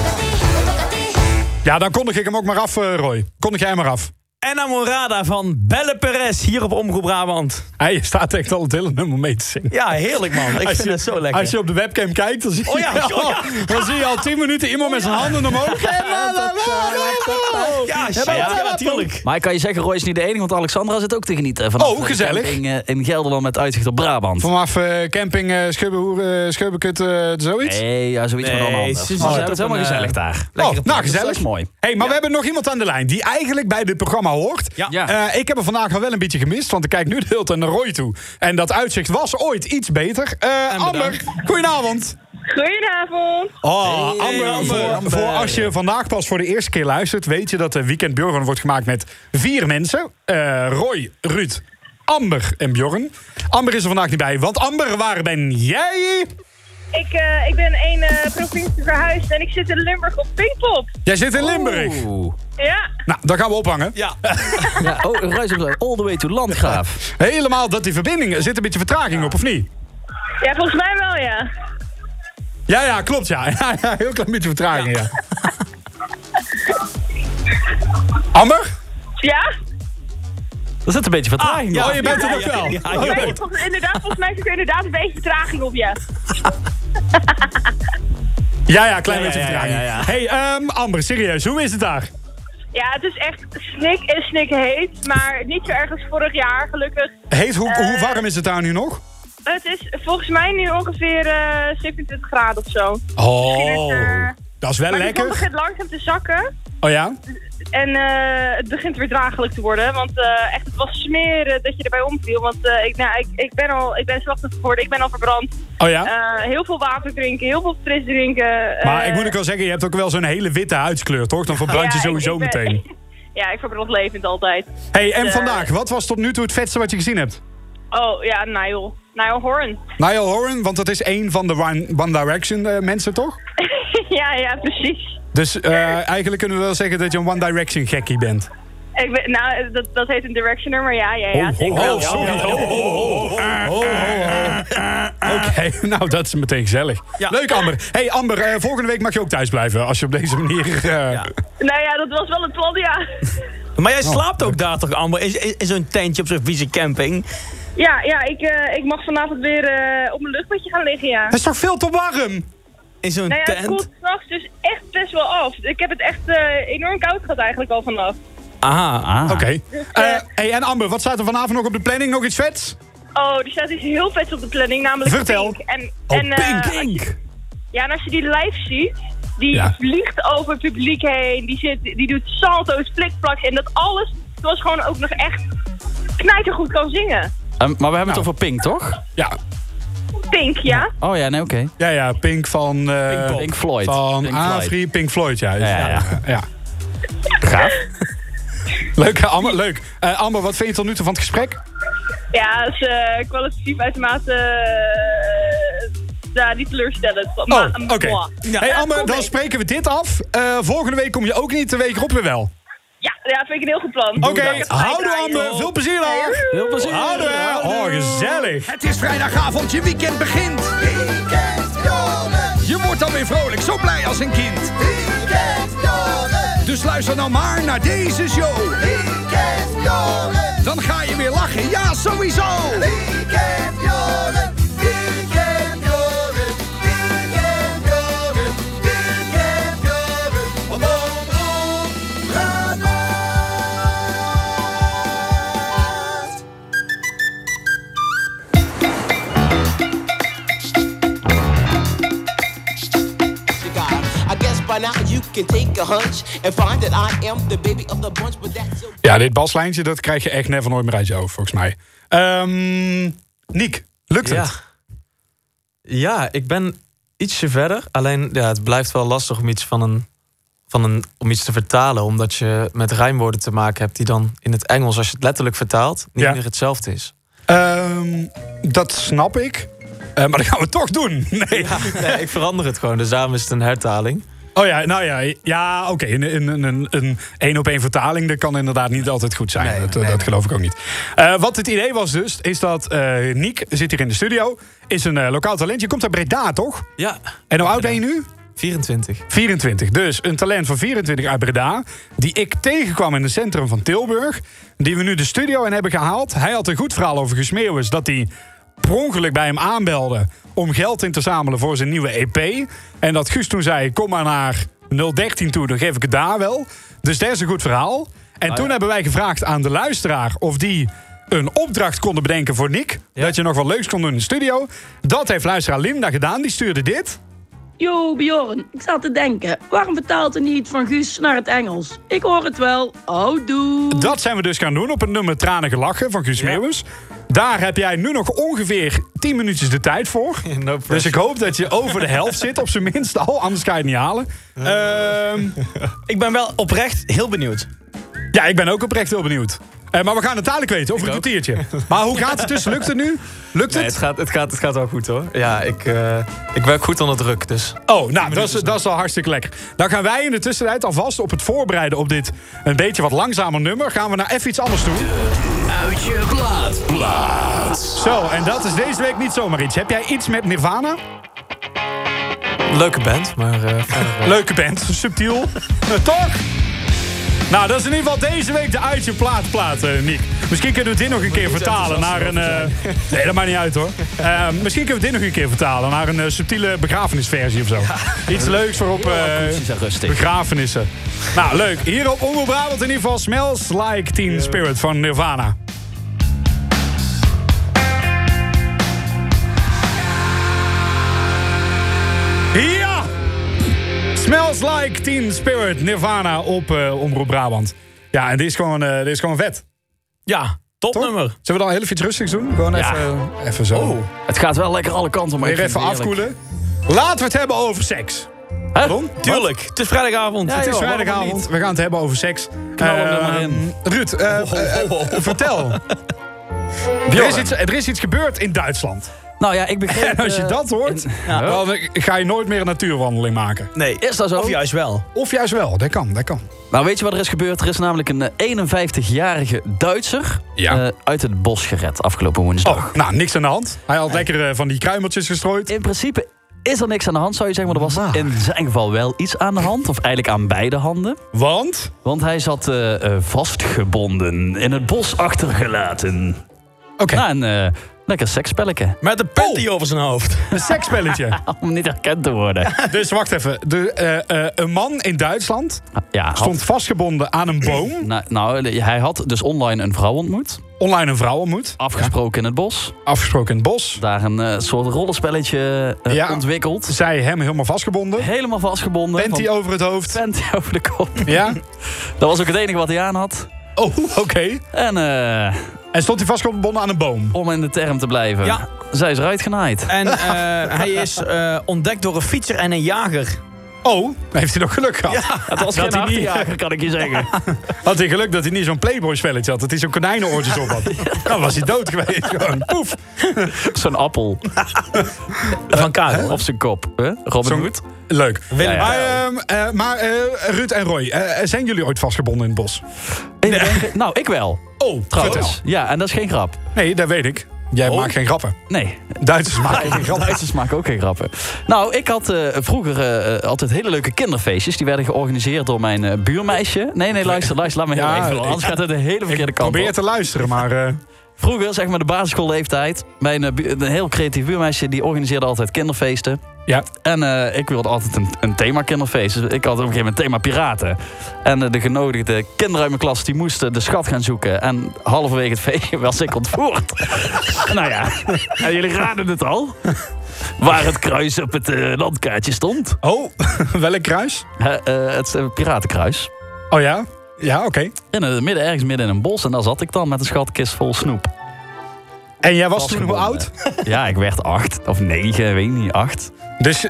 Ja, dan kondig ik hem ook maar af, Roy. Kondig jij maar af. Enamorada van Belle Perez hier op Omroep Brabant. Hij staat echt al het hele nummer mee te zingen. Ja, heerlijk man. Ik vind het zo lekker. Als je op de webcam kijkt, dan zie je al 10 minuten iemand met zijn handen omhoog. Ja, natuurlijk. Maar ik kan je zeggen, Roy is niet de enige, want Alexandra zit ook te genieten. Vanaf gezellig. Camping in Gelderland met uitzicht op Brabant. Vanaf camping Schubbenkut, zoiets? Nee, ja, zoiets maar dan anders. Ze hebben het helemaal gezellig daar. Nou, gezellig. Dat is mooi. Hey, maar we hebben nog iemand aan de lijn die eigenlijk bij dit programma hoort. Ja. Ik heb er vandaag nog wel een beetje gemist, want ik kijk nu de hele tijd naar Roy toe. En dat uitzicht was ooit iets beter. Amber, goedenavond. Goedenavond. Amber, voor als je vandaag pas voor de eerste keer luistert, weet je dat de Weekend Bjorn wordt gemaakt met 4 mensen. Roy, Ruud, Amber en Bjorn. Amber is er vandaag niet bij, want Amber, waar ben jij? Ik ben 1 provincie verhuisd en ik zit in Limburg op Pinkpop. Jij zit in Limburg? Ja. Nou, dan gaan we ophangen. Ja. All the way to Landgraaf. Helemaal, dat die verbinding, zit een beetje vertraging op, of niet? Ja, volgens mij wel, ja. Ja, klopt, ja. Ja, heel klein beetje vertraging, ja. Amber? Ja? Er zit een beetje vertraging op. Je bent er nog wel. Volgens mij zit er inderdaad een beetje vertraging op, ja. Ja, klein beetje vertraging. Hey, Amber, serieus, hoe is het daar? Ja, het is echt snik heet, maar niet zo erg als vorig jaar, gelukkig. Heet, hoe warm is het daar nu nog? Het is volgens mij nu ongeveer 27 graden of zo. Oh, dat is wel maar lekker. Het begint langzaam te zakken. Oh ja? En het begint weer draaglijk te worden. Want echt, het was smeren dat je erbij omviel. Want ik ben slachtoffer geworden. Ik ben al verbrand. Oh ja? Heel veel water drinken. Heel veel fris drinken. Maar ik moet ook wel zeggen, je hebt ook wel zo'n hele witte huidskleur, toch? Dan verbrand je sowieso meteen. Ja, ik verbrand levend altijd. Hey, en vandaag, wat was tot nu toe het vetste wat je gezien hebt? Oh, ja, Niall Horan. Niall Horan, want dat is één van de One Direction mensen, toch? ja, precies. Dus eigenlijk kunnen we wel zeggen dat je een One Direction gekkie bent. Dat heet een Directioner, maar ja. Sorry. Oké, nou dat is meteen gezellig. Ja. Leuk, Amber. Hey, Amber, volgende week mag je ook thuis blijven als je op deze manier... Nou ja, dat was wel het plan, ja. Maar jij slaapt ook daar toch, Amber? In zo'n tentje op zo'n vieze camping? Ja, ik mag vanavond weer op mijn luchtbedje gaan liggen, ja. Het is toch veel te warm? In zo'n tent? Het koelt 's nachts dus echt best wel af. Ik heb het echt enorm koud gehad eigenlijk al vanaf. Aha. Oké. Hey, en Amber, wat staat er vanavond nog op de planning? Nog iets vets? Oh, er staat iets heel vets op de planning, namelijk Vertel. Pink. Pink. Ja, en als je die live ziet, die vliegt over het publiek heen, die doet salto's, flikflaks en dat alles, zoals gewoon ook nog echt knijtergoed kan zingen. Maar we hebben het over Pink, toch? Ja. Pink, ja? Oh ja, nee, oké. Ja, Pink van... Pink Floyd. Van Avri, Pink Floyd, ja. Ja. Gaaf. Leuk, Amber, leuk. Amber, wat vind je tot nu toe van het gesprek? Ja, het is kwalitatief uitermate niet teleurstellend. Oké. Hey Amber, dan spreken we dit af. Volgende week kom je ook niet, de week erop weer wel. Ja, vind ik een heel goed plan. Oké, houdoe Amber. Veel plezier nog. Veel plezier. Houdoe. Oh, gezellig. Het is vrijdagavond, je weekend begint. Je wordt dan weer vrolijk, zo blij als een kind. Dus luister nou maar naar deze show. Dan ga je weer lachen, ja sowieso. Ja, dit baslijntje, dat krijg je echt never nooit meer uit je hoofd, volgens mij. Niek, lukt het? Ja, ik ben ietsje verder. Alleen, het blijft wel lastig om om iets te vertalen. Omdat je met rijmwoorden te maken hebt die dan in het Engels, als je het letterlijk vertaalt, niet meer hetzelfde is. Dat snap ik. Maar dat gaan we toch doen. Nee, ik verander het gewoon. Dus daarom is het een hertaling. Oh ja, nou ja. Ja, oké. Een 1-op-1 vertaling, dat kan inderdaad niet altijd goed zijn. Dat geloof ik ook niet. Wat het idee was dus, is dat Niek zit hier in de studio. Is een lokaal talent. Je komt uit Breda, toch? Ja. En hoe oud ben je nu? 24. 24. Dus een talent van 24 uit Breda. Die ik tegenkwam in het centrum van Tilburg. Die we nu de studio in hebben gehaald. Hij had een goed verhaal over Guus Meeuwis. Dat hij per ongeluk bij hem aanbelde om geld in te zamelen voor zijn nieuwe EP. En dat Guus toen zei, kom maar naar 013 toe, dan geef ik het daar wel. Dus dat is een goed verhaal. En toen hebben wij gevraagd aan de luisteraar of die een opdracht konden bedenken voor Niek. Ja. Dat je nog wat leuks kon doen in de studio. Dat heeft luisteraar Linda gedaan, die stuurde dit. Yo, Bjorn, ik zat te denken, waarom vertaalt hij niet van Guus naar het Engels? Ik hoor het wel, houdoe. Dat zijn we dus gaan doen op het nummer Tranige Lachen van Guus Meeuwis. Daar heb jij nu nog ongeveer 10 minuutjes de tijd voor. No, dus ik hoop dat je over de helft zit, op zijn minst al, anders kan je het niet halen. Ik ben wel oprecht heel benieuwd. Ja, ik ben ook oprecht heel benieuwd. Maar we gaan het dadelijk weten, over een kwartiertje. Maar hoe gaat het dus? Lukt het nu? Lukt het? Het gaat wel goed, hoor. Ja, ik werk goed onder druk, dus. Oh, nou, dat is wel hartstikke lekker. Dan gaan wij in de tussentijd alvast op het voorbereiden op dit een beetje wat langzamer nummer. Gaan we naar even iets anders doen. Uit je plaats. Zo, en dat is deze week niet zomaar iets. Heb jij iets met Nirvana? Leuke band, maar... Leuke band, subtiel. Toch? Nou, dat is in ieder geval deze week de Uit Je Plaat, Nick. Misschien kunnen we dit nog een keer vertalen naar een... Nee, dat maakt niet uit, hoor. Misschien kunnen we dit nog een keer vertalen naar een subtiele begrafenisversie of zo. Iets leuks voor op begrafenissen. Nou, leuk. Hier op Omroep Brabant in ieder geval Smells Like Teen Spirit van Nirvana. Ja! Smells Like Teen Spirit, Nirvana op Omroep Brabant. Ja, en dit is gewoon vet. Ja, topnummer. Zullen we dan heel even iets rustigs doen? Gewoon even zo. Oh, het gaat wel lekker alle kanten. Maar even afkoelen. Laten we het hebben over seks. Pardon? Tuurlijk, het is vrijdagavond. Ja, het is vrijdagavond. We gaan het hebben over seks. Ruud, vertel. Er is iets gebeurd in Duitsland. Nou ja, ik begreep... En als je dat hoort, dan ga je nooit meer een natuurwandeling maken. Nee, is dat zo? Of juist wel. Of juist wel, dat kan. Nou, weet je wat er is gebeurd? Er is namelijk een 51-jarige Duitser uit het bos gered afgelopen woensdag. Oh, nou, niks aan de hand. Hij had lekker van die kruimeltjes gestrooid. In principe is er niks aan de hand, zou je zeggen. Maar er was in zijn geval wel iets aan de hand. Of eigenlijk aan beide handen. Want? Want hij zat vastgebonden, in het bos achtergelaten. Oké. Nou, lekker seksspelletje. Met een panty over zijn hoofd. Een seksspelletje. Om niet herkend te worden. Dus wacht even. Een man in Duitsland stond vastgebonden aan een boom. Hij had dus online een vrouw ontmoet. Afgesproken in het bos. Daar een soort rollenspelletje ontwikkeld. Zij hem helemaal vastgebonden. Panty over het hoofd. Panty over de kop. Ja. Dat was ook het enige wat hij aan had. Oh, oké. En stond hij vastgebonden aan een boom? Om in de term te blijven. Ja. Zij is eruit genaaid. En hij is ontdekt door een fietser en een jager. Oh, heeft hij nog geluk gehad? Ja, het was geen achterjager, kan ik je zeggen. Had hij geluk dat hij niet zo'n Playboy-spelletje had. Dat hij zo'n konijnenoortjes op had. Dan was hij dood geweest. Gewoon. Poef. Zo'n appel. Van Karel. Op zijn kop. Robin Hood. Leuk. Maar Ruud en Roy, zijn jullie ooit vastgebonden in het bos? Nou, ik wel. Oh, trouwens. Vertel. Ja, en dat is geen grap. Nee, dat weet ik. Jij maakt geen grappen. Nee. Duitsers maken geen grappen. Duitsers maken ook geen grappen. Nou, ik had vroeger altijd hele leuke kinderfeestjes. Die werden georganiseerd door mijn buurmeisje. Nee, luister, laat me heel even. Anders gaat het de hele verkeerde kant op. Probeer te luisteren, maar... Vroeger, zeg maar de basisschoolleeftijd. Een heel creatief buurmeisje die organiseerde altijd kinderfeesten. Ja. En ik wilde altijd een thema kinderfeest. Dus ik had op een gegeven moment thema piraten. En de genodigde kinderen uit mijn klas die moesten de schat gaan zoeken. En halverwege het feestje was ik ontvoerd. Nou ja, en jullie raden het al. Waar het kruis op het landkaartje stond. Oh, welk kruis? Het piratenkruis. Oh ja? Ja, oké. Ergens midden in een bos. En daar zat ik dan met een schatkist vol snoep. En jij was toen hoe oud? Ja, ik werd 8 of 9, weet ik niet, 8 Dus...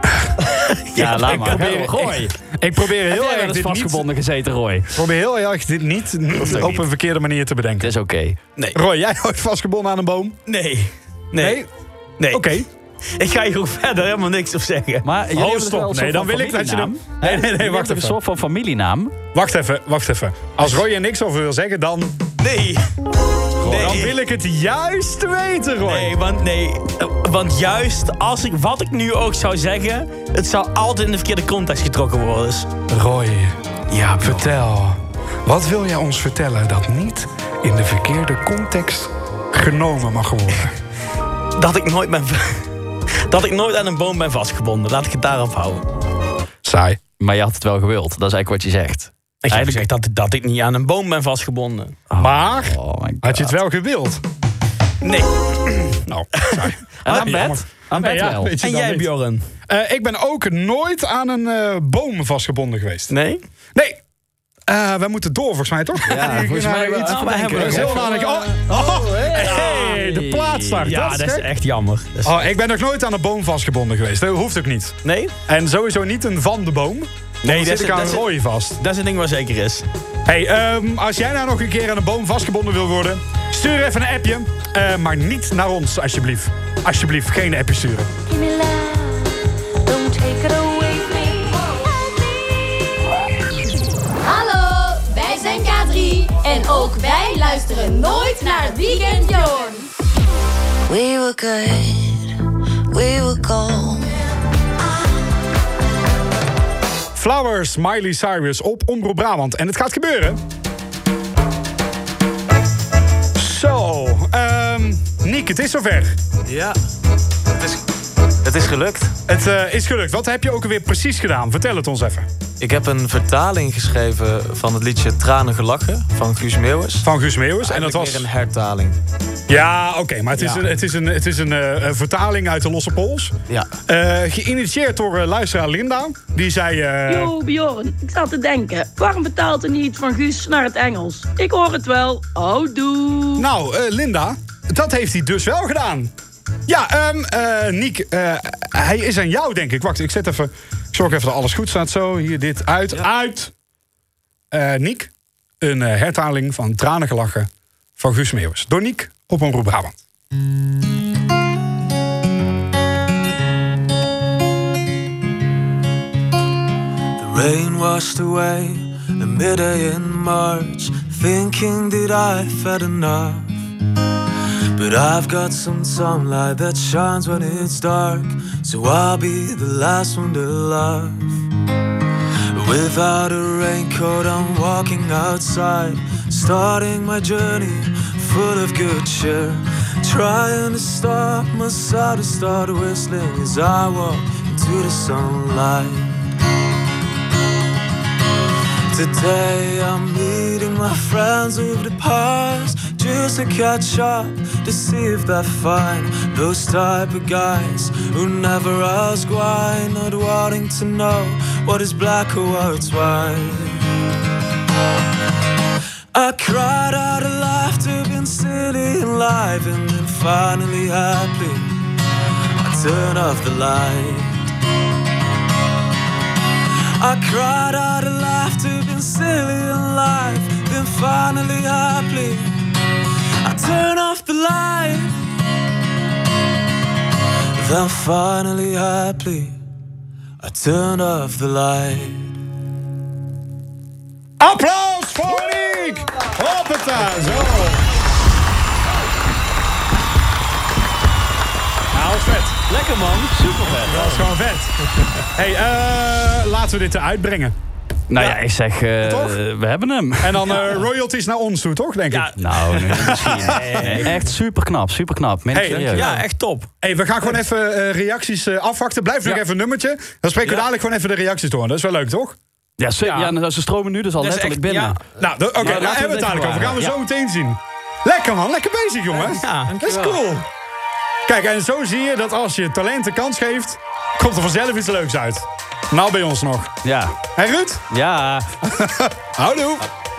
ja, laat maar. Ik probeer heel erg dit vastgebonden gezeten, Roy. Ik probeer heel erg dit niet op een verkeerde manier te bedenken. Dat is oké. Nee. Roy, jij ooit vastgebonden aan een boom? Nee. Oké. Ik ga hier ook verder helemaal niks op zeggen. Maar stop. Nee, dan wil ik dat je hem... Nee, wacht even. Een soort van familienaam. Wacht even. Als Roy er niks over wil zeggen, dan... Nee. Dan wil ik het juist weten, Roy. Want juist wat ik nu ook zou zeggen... het zal altijd in de verkeerde context getrokken worden. Dus. Roy, vertel. Wat wil jij ons vertellen dat niet in de verkeerde context genomen mag worden? Dat ik nooit aan een boom ben vastgebonden. Laat ik het daarop houden. Saai. Maar je had het wel gewild. Dat is eigenlijk wat je zegt. Ik heb gezegd dat ik niet aan een boom ben vastgebonden. Maar, had je het wel gewild? Nee. Nou, saai. En aan bed? Aan bed wel. En jij, Bjorn? Ik ben ook nooit aan een boom vastgebonden geweest. Nee? Nee. Wij moeten door, volgens mij, toch? Ja, volgens mij wel. We hebben er heel hey, de plaatstart. Ja, dat is echt jammer. Ik ben nog nooit aan een boom vastgebonden geweest. Dat hoeft ook niet. Nee? En sowieso niet een van de boom. Nee, dat zit ik aan een Roy vast. Dat is een ding waar zeker is. Hey, als jij nou nog een keer aan een boom vastgebonden wil worden... stuur even een appje. Maar niet naar ons, alsjeblieft. Alsjeblieft, geen appje sturen. Give me love, don't take it away from me. Hallo, wij zijn K3. En ook wij luisteren nooit naar het Weekend Bjorn. We were good, we were gold. Flowers, Miley Cyrus op Omroep Brabant. En het gaat gebeuren. Zo, Nick, het is zover. Ja, het is gelukt. Het is gelukt. Wat heb je ook alweer precies gedaan? Vertel het ons even. Ik heb een vertaling geschreven van het liedje Tranen gelachen van Guus Meeuwis. Van Guus Meeuwis. En dat was weer een hertaling. Ja, oké, maar het is een vertaling uit de losse pols. Ja. Geïnitieerd door luisteraar Linda. Die zei... Yo, Bjorn, ik zat te denken. Waarom vertaalt er niet van Guus naar het Engels? Ik hoor het wel. Oh, doe. Nou, Linda, dat heeft hij dus wel gedaan. Ja, Niek, hij is aan jou, denk ik. Wacht, ik zet even... Ik zorg even dat alles goed staat zo. Hier, dit, uit, ja. Uit. Niek, een hertaling van Tranen gelachen van Guus Meeuwis. Door Niek op Omroep Brabant. The rain washed away a midday in March, thinking that I've had enough. But I've got some sunlight that shines when it's dark, so I'll be the last one to love. Without a raincoat, I'm walking outside, starting my journey full of good cheer, trying to stop myself to start whistling as I walk into the sunlight. Today I'm meeting my friends of the past, just to catch up, to see if they're fine. Those type of guys who never ask why, not wanting to know what is black or what's white. I cried out of laughter, been silly and live, and then finally happy I turned off the light. I cried out of laughter, been silly and live, then finally happy I turn off the light. Then finally happy I turned off the light. Applaus voor Niek! Hoppata, zo. Nou, vet. Lekker man, super vet. Dat is gewoon vet. Hey, laten we dit eruit brengen. Nou ja, ik zeg, we hebben hem. En dan royalties naar ons toe, toch, denk ik? Nou, nee, misschien. Nee, echt super knap, super knap. Ja, echt top. Hey, we gaan gewoon even reacties afwachten. Blijf nog even een nummertje. Dan spreken we dadelijk gewoon even de reacties door. Dat is wel leuk, toch? Ja, ze stromen nu dus al letterlijk echt binnen. Ja. Nou, oké, daar hebben we het dadelijk over. Gaan we zo meteen zien. Lekker man, lekker bezig jongen. Ja, dat is cool. Kijk, en zo zie je dat als je talent een kans geeft, komt er vanzelf iets leuks uit. Nou bij ons nog. Ja. Hé Ruud? Ja. Houdoe.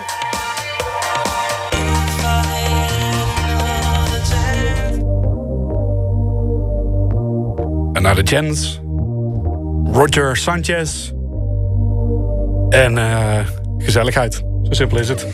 En naar de Jens. Roger Sanchez. En gezelligheid. Zo simpel is het.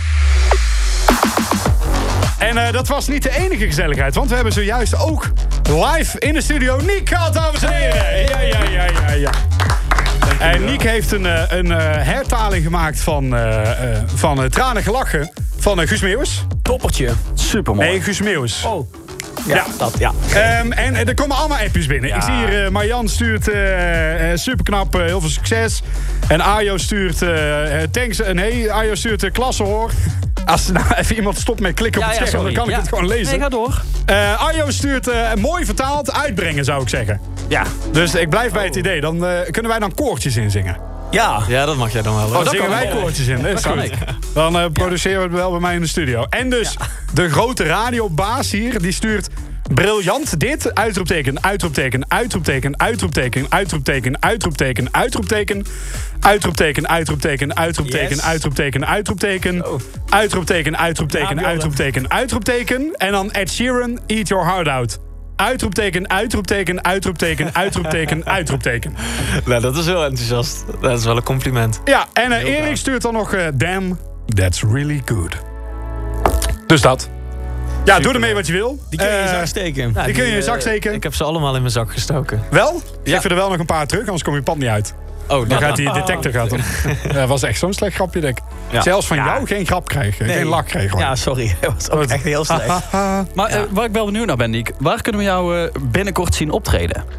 En dat was niet de enige gezelligheid, want we hebben zojuist ook live in de studio Niek gehad, dames en heren. Ja. En Niek heeft een hertaling gemaakt van Tranen gelachen van Guus Meeuwis. Toppertje. Supermooi. Nee, Guus Meeuwis. Oh. Ja, dat, ja. En er komen allemaal appjes binnen. Ja. Ik zie hier, Marjan stuurt superknap, heel veel succes. En Arjo stuurt thanks. Nee, Arjo stuurt klasse hoor. Als nou even iemand stopt met klikken op het scherm, dan kan ik het gewoon lezen. Nee, ga door. Arjo stuurt mooi vertaald uitbrengen, zou ik zeggen. Ja. Dus ik blijf bij het idee. Dan kunnen wij dan koortjes inzingen. Ja, dat mag jij dan wel. Dan zingen wij koortjes in. Dat kan ik. Dan produceren we het wel bij mij in de studio. En dus de grote radiobaas hier, die stuurt briljant dit. Uitroepteken, uitroepteken, uitroepteken, uitroepteken, uitroepteken, uitroepteken, uitroepteken. Uitroepteken, uitroepteken, uitroepteken, uitroepteken, uitroepteken. Uitroepteken, uitroepteken, uitroepteken, uitroepteken. En dan Ed Sheeran, Eat Your Heart Out. Uitroepteken, uitroepteken, uitroepteken, uitroepteken, uitroepteken. Nou, dat is heel enthousiast. Dat is wel een compliment. Ja, en Erik stuurt dan nog damn, that's really good. Dus dat. Ja, super. Doe ermee wat je wil. Die kun je in je zak steken. Die kun je in je zak steken. Ik heb ze allemaal in mijn zak gestoken. Wel? Geef je er wel nog een paar terug, anders kom je pad niet uit. Oh, dan gaat die detector gaat. Dat was echt zo'n slecht grapje, denk ik. Ja. Zelfs van jou geen grap krijgen. Nee. Geen lach kregen. Ja, sorry. Dat was ook echt heel slecht. Maar waar ik wel benieuwd naar ben, Niek. Waar kunnen we jou binnenkort zien optreden?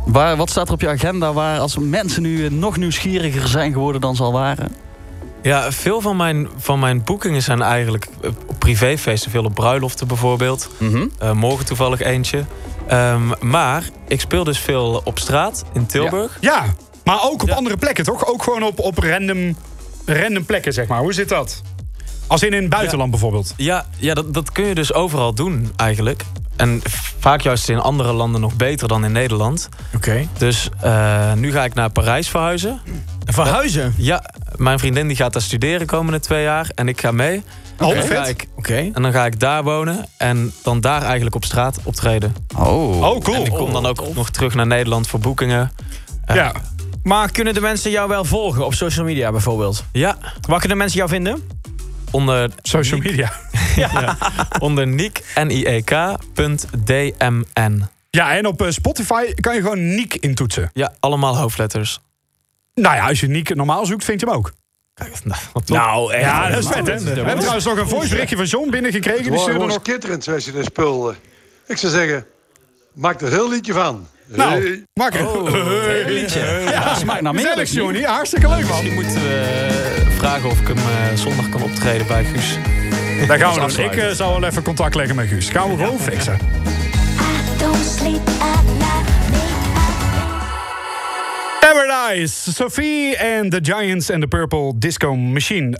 Wat staat er op je agenda waar als mensen nu nog nieuwsgieriger zijn geworden dan ze al waren? Ja, veel van mijn boekingen zijn eigenlijk op privéfeesten. Veel op bruiloften bijvoorbeeld. Morgen toevallig eentje. Maar ik speel dus veel op straat in Tilburg. Ja, maar ook op andere plekken, toch? Ook gewoon op random plekken, zeg maar. Hoe zit dat? Als in het buitenland bijvoorbeeld. Ja, dat kun je dus overal doen eigenlijk. En vaak juist in andere landen nog beter dan in Nederland. Oké. Dus nu ga ik naar Parijs verhuizen. Verhuizen? Ja, mijn vriendin die gaat daar studeren komende 2 jaar. En ik ga mee. Oké. En dan ga ik daar wonen. En dan daar eigenlijk op straat optreden. Oh, cool. En ik kom dan ook nog terug naar Nederland voor boekingen. Ja. Maar kunnen de mensen jou wel volgen op social media bijvoorbeeld? Ja. Waar kunnen mensen jou vinden? Onder social media. Onder Niek, NIEK.DMN. Ja, en op Spotify kan je gewoon Niek intoetsen. Ja, allemaal hoofdletters. Nou ja, als je Niek normaal zoekt, vind je hem ook. Nou, echt. Ja, dat is vet, hè? We hebben trouwens nog een voiceberichtje van John binnengekregen. Die stuurde nog skitterend, zoals je dat speelde. Ik zou zeggen, maak er een heel liedje van. Nou, maak er een liedje. Ja, smaakt naar meer. Johnny, hartstikke leuk, man. Misschien moeten we vragen of ik hem zondag kan optreden bij Guus. Daar gaan we doen. Ik zal wel even contact leggen met Guus. Gaan we gewoon fixen. Paradise, Sophie and the Giants and the Purple Disco Machine.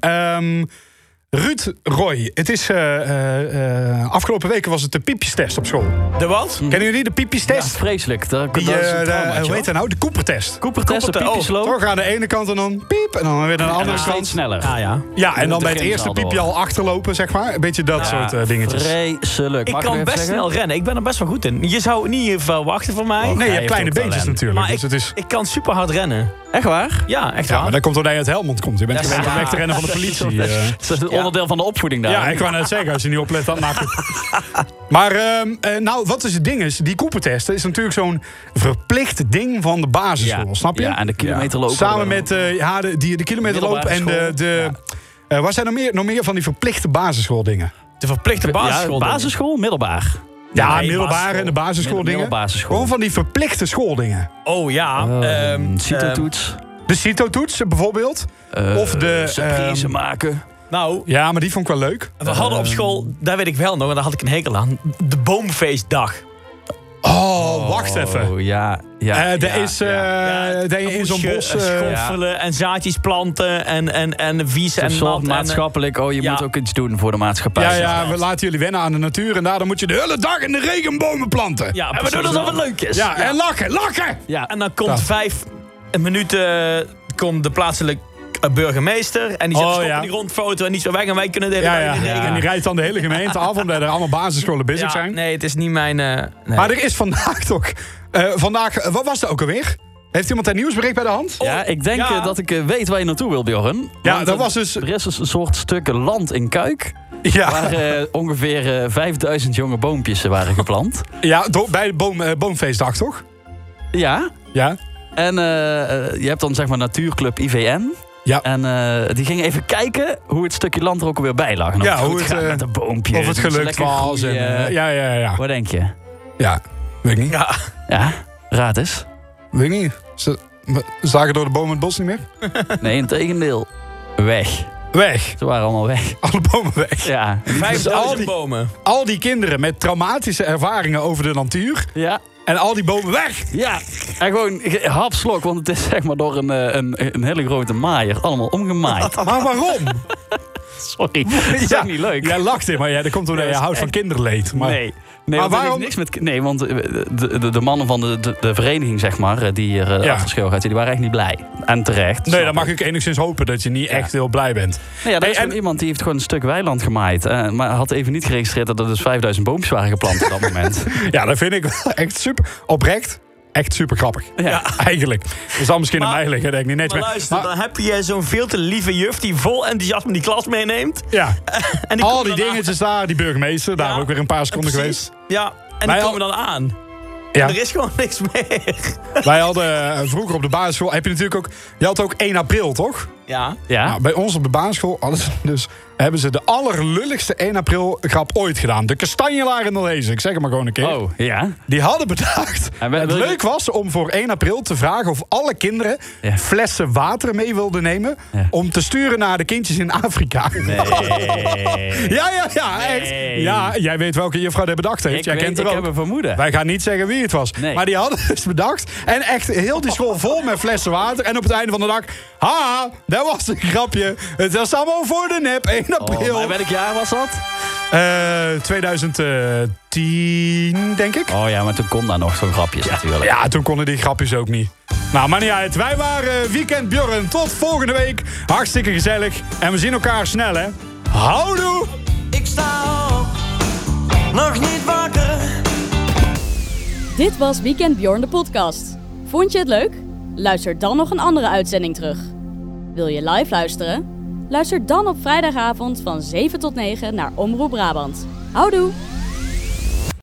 Ruud Roy, het is afgelopen weken was het de piepjestest op school. De wat? Kennen jullie de piepjestest? Ja, vreselijk. Hoe heet dat nou? De Coopertest. Coopertest, de piepjesloop. Toch aan de ene kant en dan piep en dan weer aan de andere kant. Sneller. Ja, en dan bij het eerste piepje al achterlopen, zeg maar. Een beetje dat soort dingetjes. Vreselijk. Ik kan best snel rennen. Ik ben er best wel goed in. Je zou niet veel wachten van mij. Nee, je hebt kleine beentjes natuurlijk. Maar ik kan super hard rennen. Echt waar? Ja, echt waar. Maar dat komt doordat je uit Helmond komt. Je bent gewend om weg te rennen van de politie. Dat is het onderdeel van de opvoeding daar. Ja, ik wou net zeggen, als je niet oplet, dan maakt het. Maar wat is het ding is? Die Coopertesten is natuurlijk zo'n verplicht ding van de basisschool, snap je? Ja, en de kilometerloop. Samen met de kilometerloop en waar zijn nog meer van die verplichte basisschooldingen? De verplichte basisschool? Basisschool, middelbaar. Ja, middelbaar en de basisschooldingen. Gewoon van die verplichte schooldingen. Oh ja. CITO-toets. De CITO-toets bijvoorbeeld. Of de... Surprise maken. Nou, ja, maar die vond ik wel leuk. We hadden op school, daar weet ik wel nog, en daar had ik een hekel aan, de boomfeestdag. Oh, wacht even. Oh, ja. Dat je in zo'n bos... schoffelen en zaadjes planten en vies en nat. Maatschappelijk, je moet ook iets doen voor de maatschappij. Ja, we laten jullie wennen aan de natuur en daardoor moet je de hele dag in de regenbomen planten. Ja, en we doen alsof het leuk is. Ja, en lachen! Ja. En dan komt 5 minuten de plaatselijke burgemeester en die zet de die rondfoto en niet zo weg en wij kunnen de hele dag in de regen. En die rijdt dan de hele gemeente af omdat er allemaal basisscholen bezig zijn. Nee, het is niet mijn... Nee. Maar er is vandaag toch... wat was er ook alweer? Heeft iemand een nieuwsbericht bij de hand? Ja, ik denk dat ik weet waar je naartoe wil, Bjorn. Ja, dat was dus... Er is een soort stuk land in Kuik. Ja. Waar ongeveer 5000 jonge boompjes waren geplant. Ja, bij de boomfeestdag, toch? Ja. Ja. En je hebt dan zeg maar natuurclub IVN. Ja. En die ging even kijken hoe het stukje land er ook alweer bij lag. En hoe het gaat met de boompjes. Of het gelukt was. Ja. Wat denk je? Ja, weet ik niet. Ja, raad eens. Weet ik niet. Ze zagen door de bomen het bos niet meer? Nee, integendeel. Weg. Ze waren allemaal weg. Alle bomen weg. Ja. 5000 bomen. Al die kinderen met traumatische ervaringen over de natuur. Ja. En al die bomen weg. Ja. En gewoon hapslok, want het is zeg maar door een hele grote maaier allemaal omgemaaid. Maar waarom? Sorry, dat is niet leuk. Jij lacht in, maar dat komt omdat je houdt van kinderleed. Maar... Nee, maar waarom? Niks met, nee, want de mannen van de vereniging, zeg maar, die hier achter schil gaat, die waren echt niet blij. En terecht. Nee, dan mag ik enigszins hopen dat je niet echt heel blij bent. Nee, er is iemand die heeft gewoon een stuk weiland gemaaid. Maar had even niet geregistreerd dat er dus 5000 boompjes waren geplant op dat moment. Ja, dat vind ik wel echt super oprecht. Echt super grappig. Ja. Eigenlijk. Er zal misschien aan mij liggen, denk ik niet. Maar luister, dan heb je zo'n veel te lieve juf die vol enthousiasme die klas meeneemt. Ja. En al die dingetjes daar, die burgemeester, daar ook weer een paar seconden geweest. Ja, en die komen dan aan. Ja. En er is gewoon niks meer. Wij hadden vroeger op de basisschool, heb je natuurlijk ook... Je had ook 1 april, toch? Ja. Nou, bij ons op de basisschool hebben ze de allerlulligste 1 april grap ooit gedaan. De kastanjelaar in de lezer. Ik zeg het maar gewoon een keer. Oh, ja. Die hadden bedacht. Het leuk was om voor 1 april te vragen of alle kinderen flessen water mee wilden nemen. Ja. Om te sturen naar de kindjes in Afrika. Nee. Ja, echt. Ja, jij weet welke juffrouw dat bedacht heeft. Jij kent er ook. Ik heb een vermoeden. Wij gaan niet zeggen wie het was. Nee. Maar die hadden dus bedacht. En echt heel die school vol met flessen water. En op het einde van de dag... Ha, dat was een grapje. Het was allemaal voor de nep. 1 april. Maar welk jaar was dat? 2010, denk ik. Oh ja, maar toen kon daar nog zo'n grapjes natuurlijk. Ja, toen konden die grapjes ook niet. Nou, maar niet uit. Wij waren Weekend Björn. Tot volgende week. Hartstikke gezellig. En we zien elkaar snel, hè. Houdoe! Ik sta op, nog niet wakker. Dit was Weekend Bjorn de podcast. Vond je het leuk? Luister dan nog een andere uitzending terug. Wil je live luisteren? Luister dan op vrijdagavond van 7 tot 9 naar Omroep Brabant. Houdoe!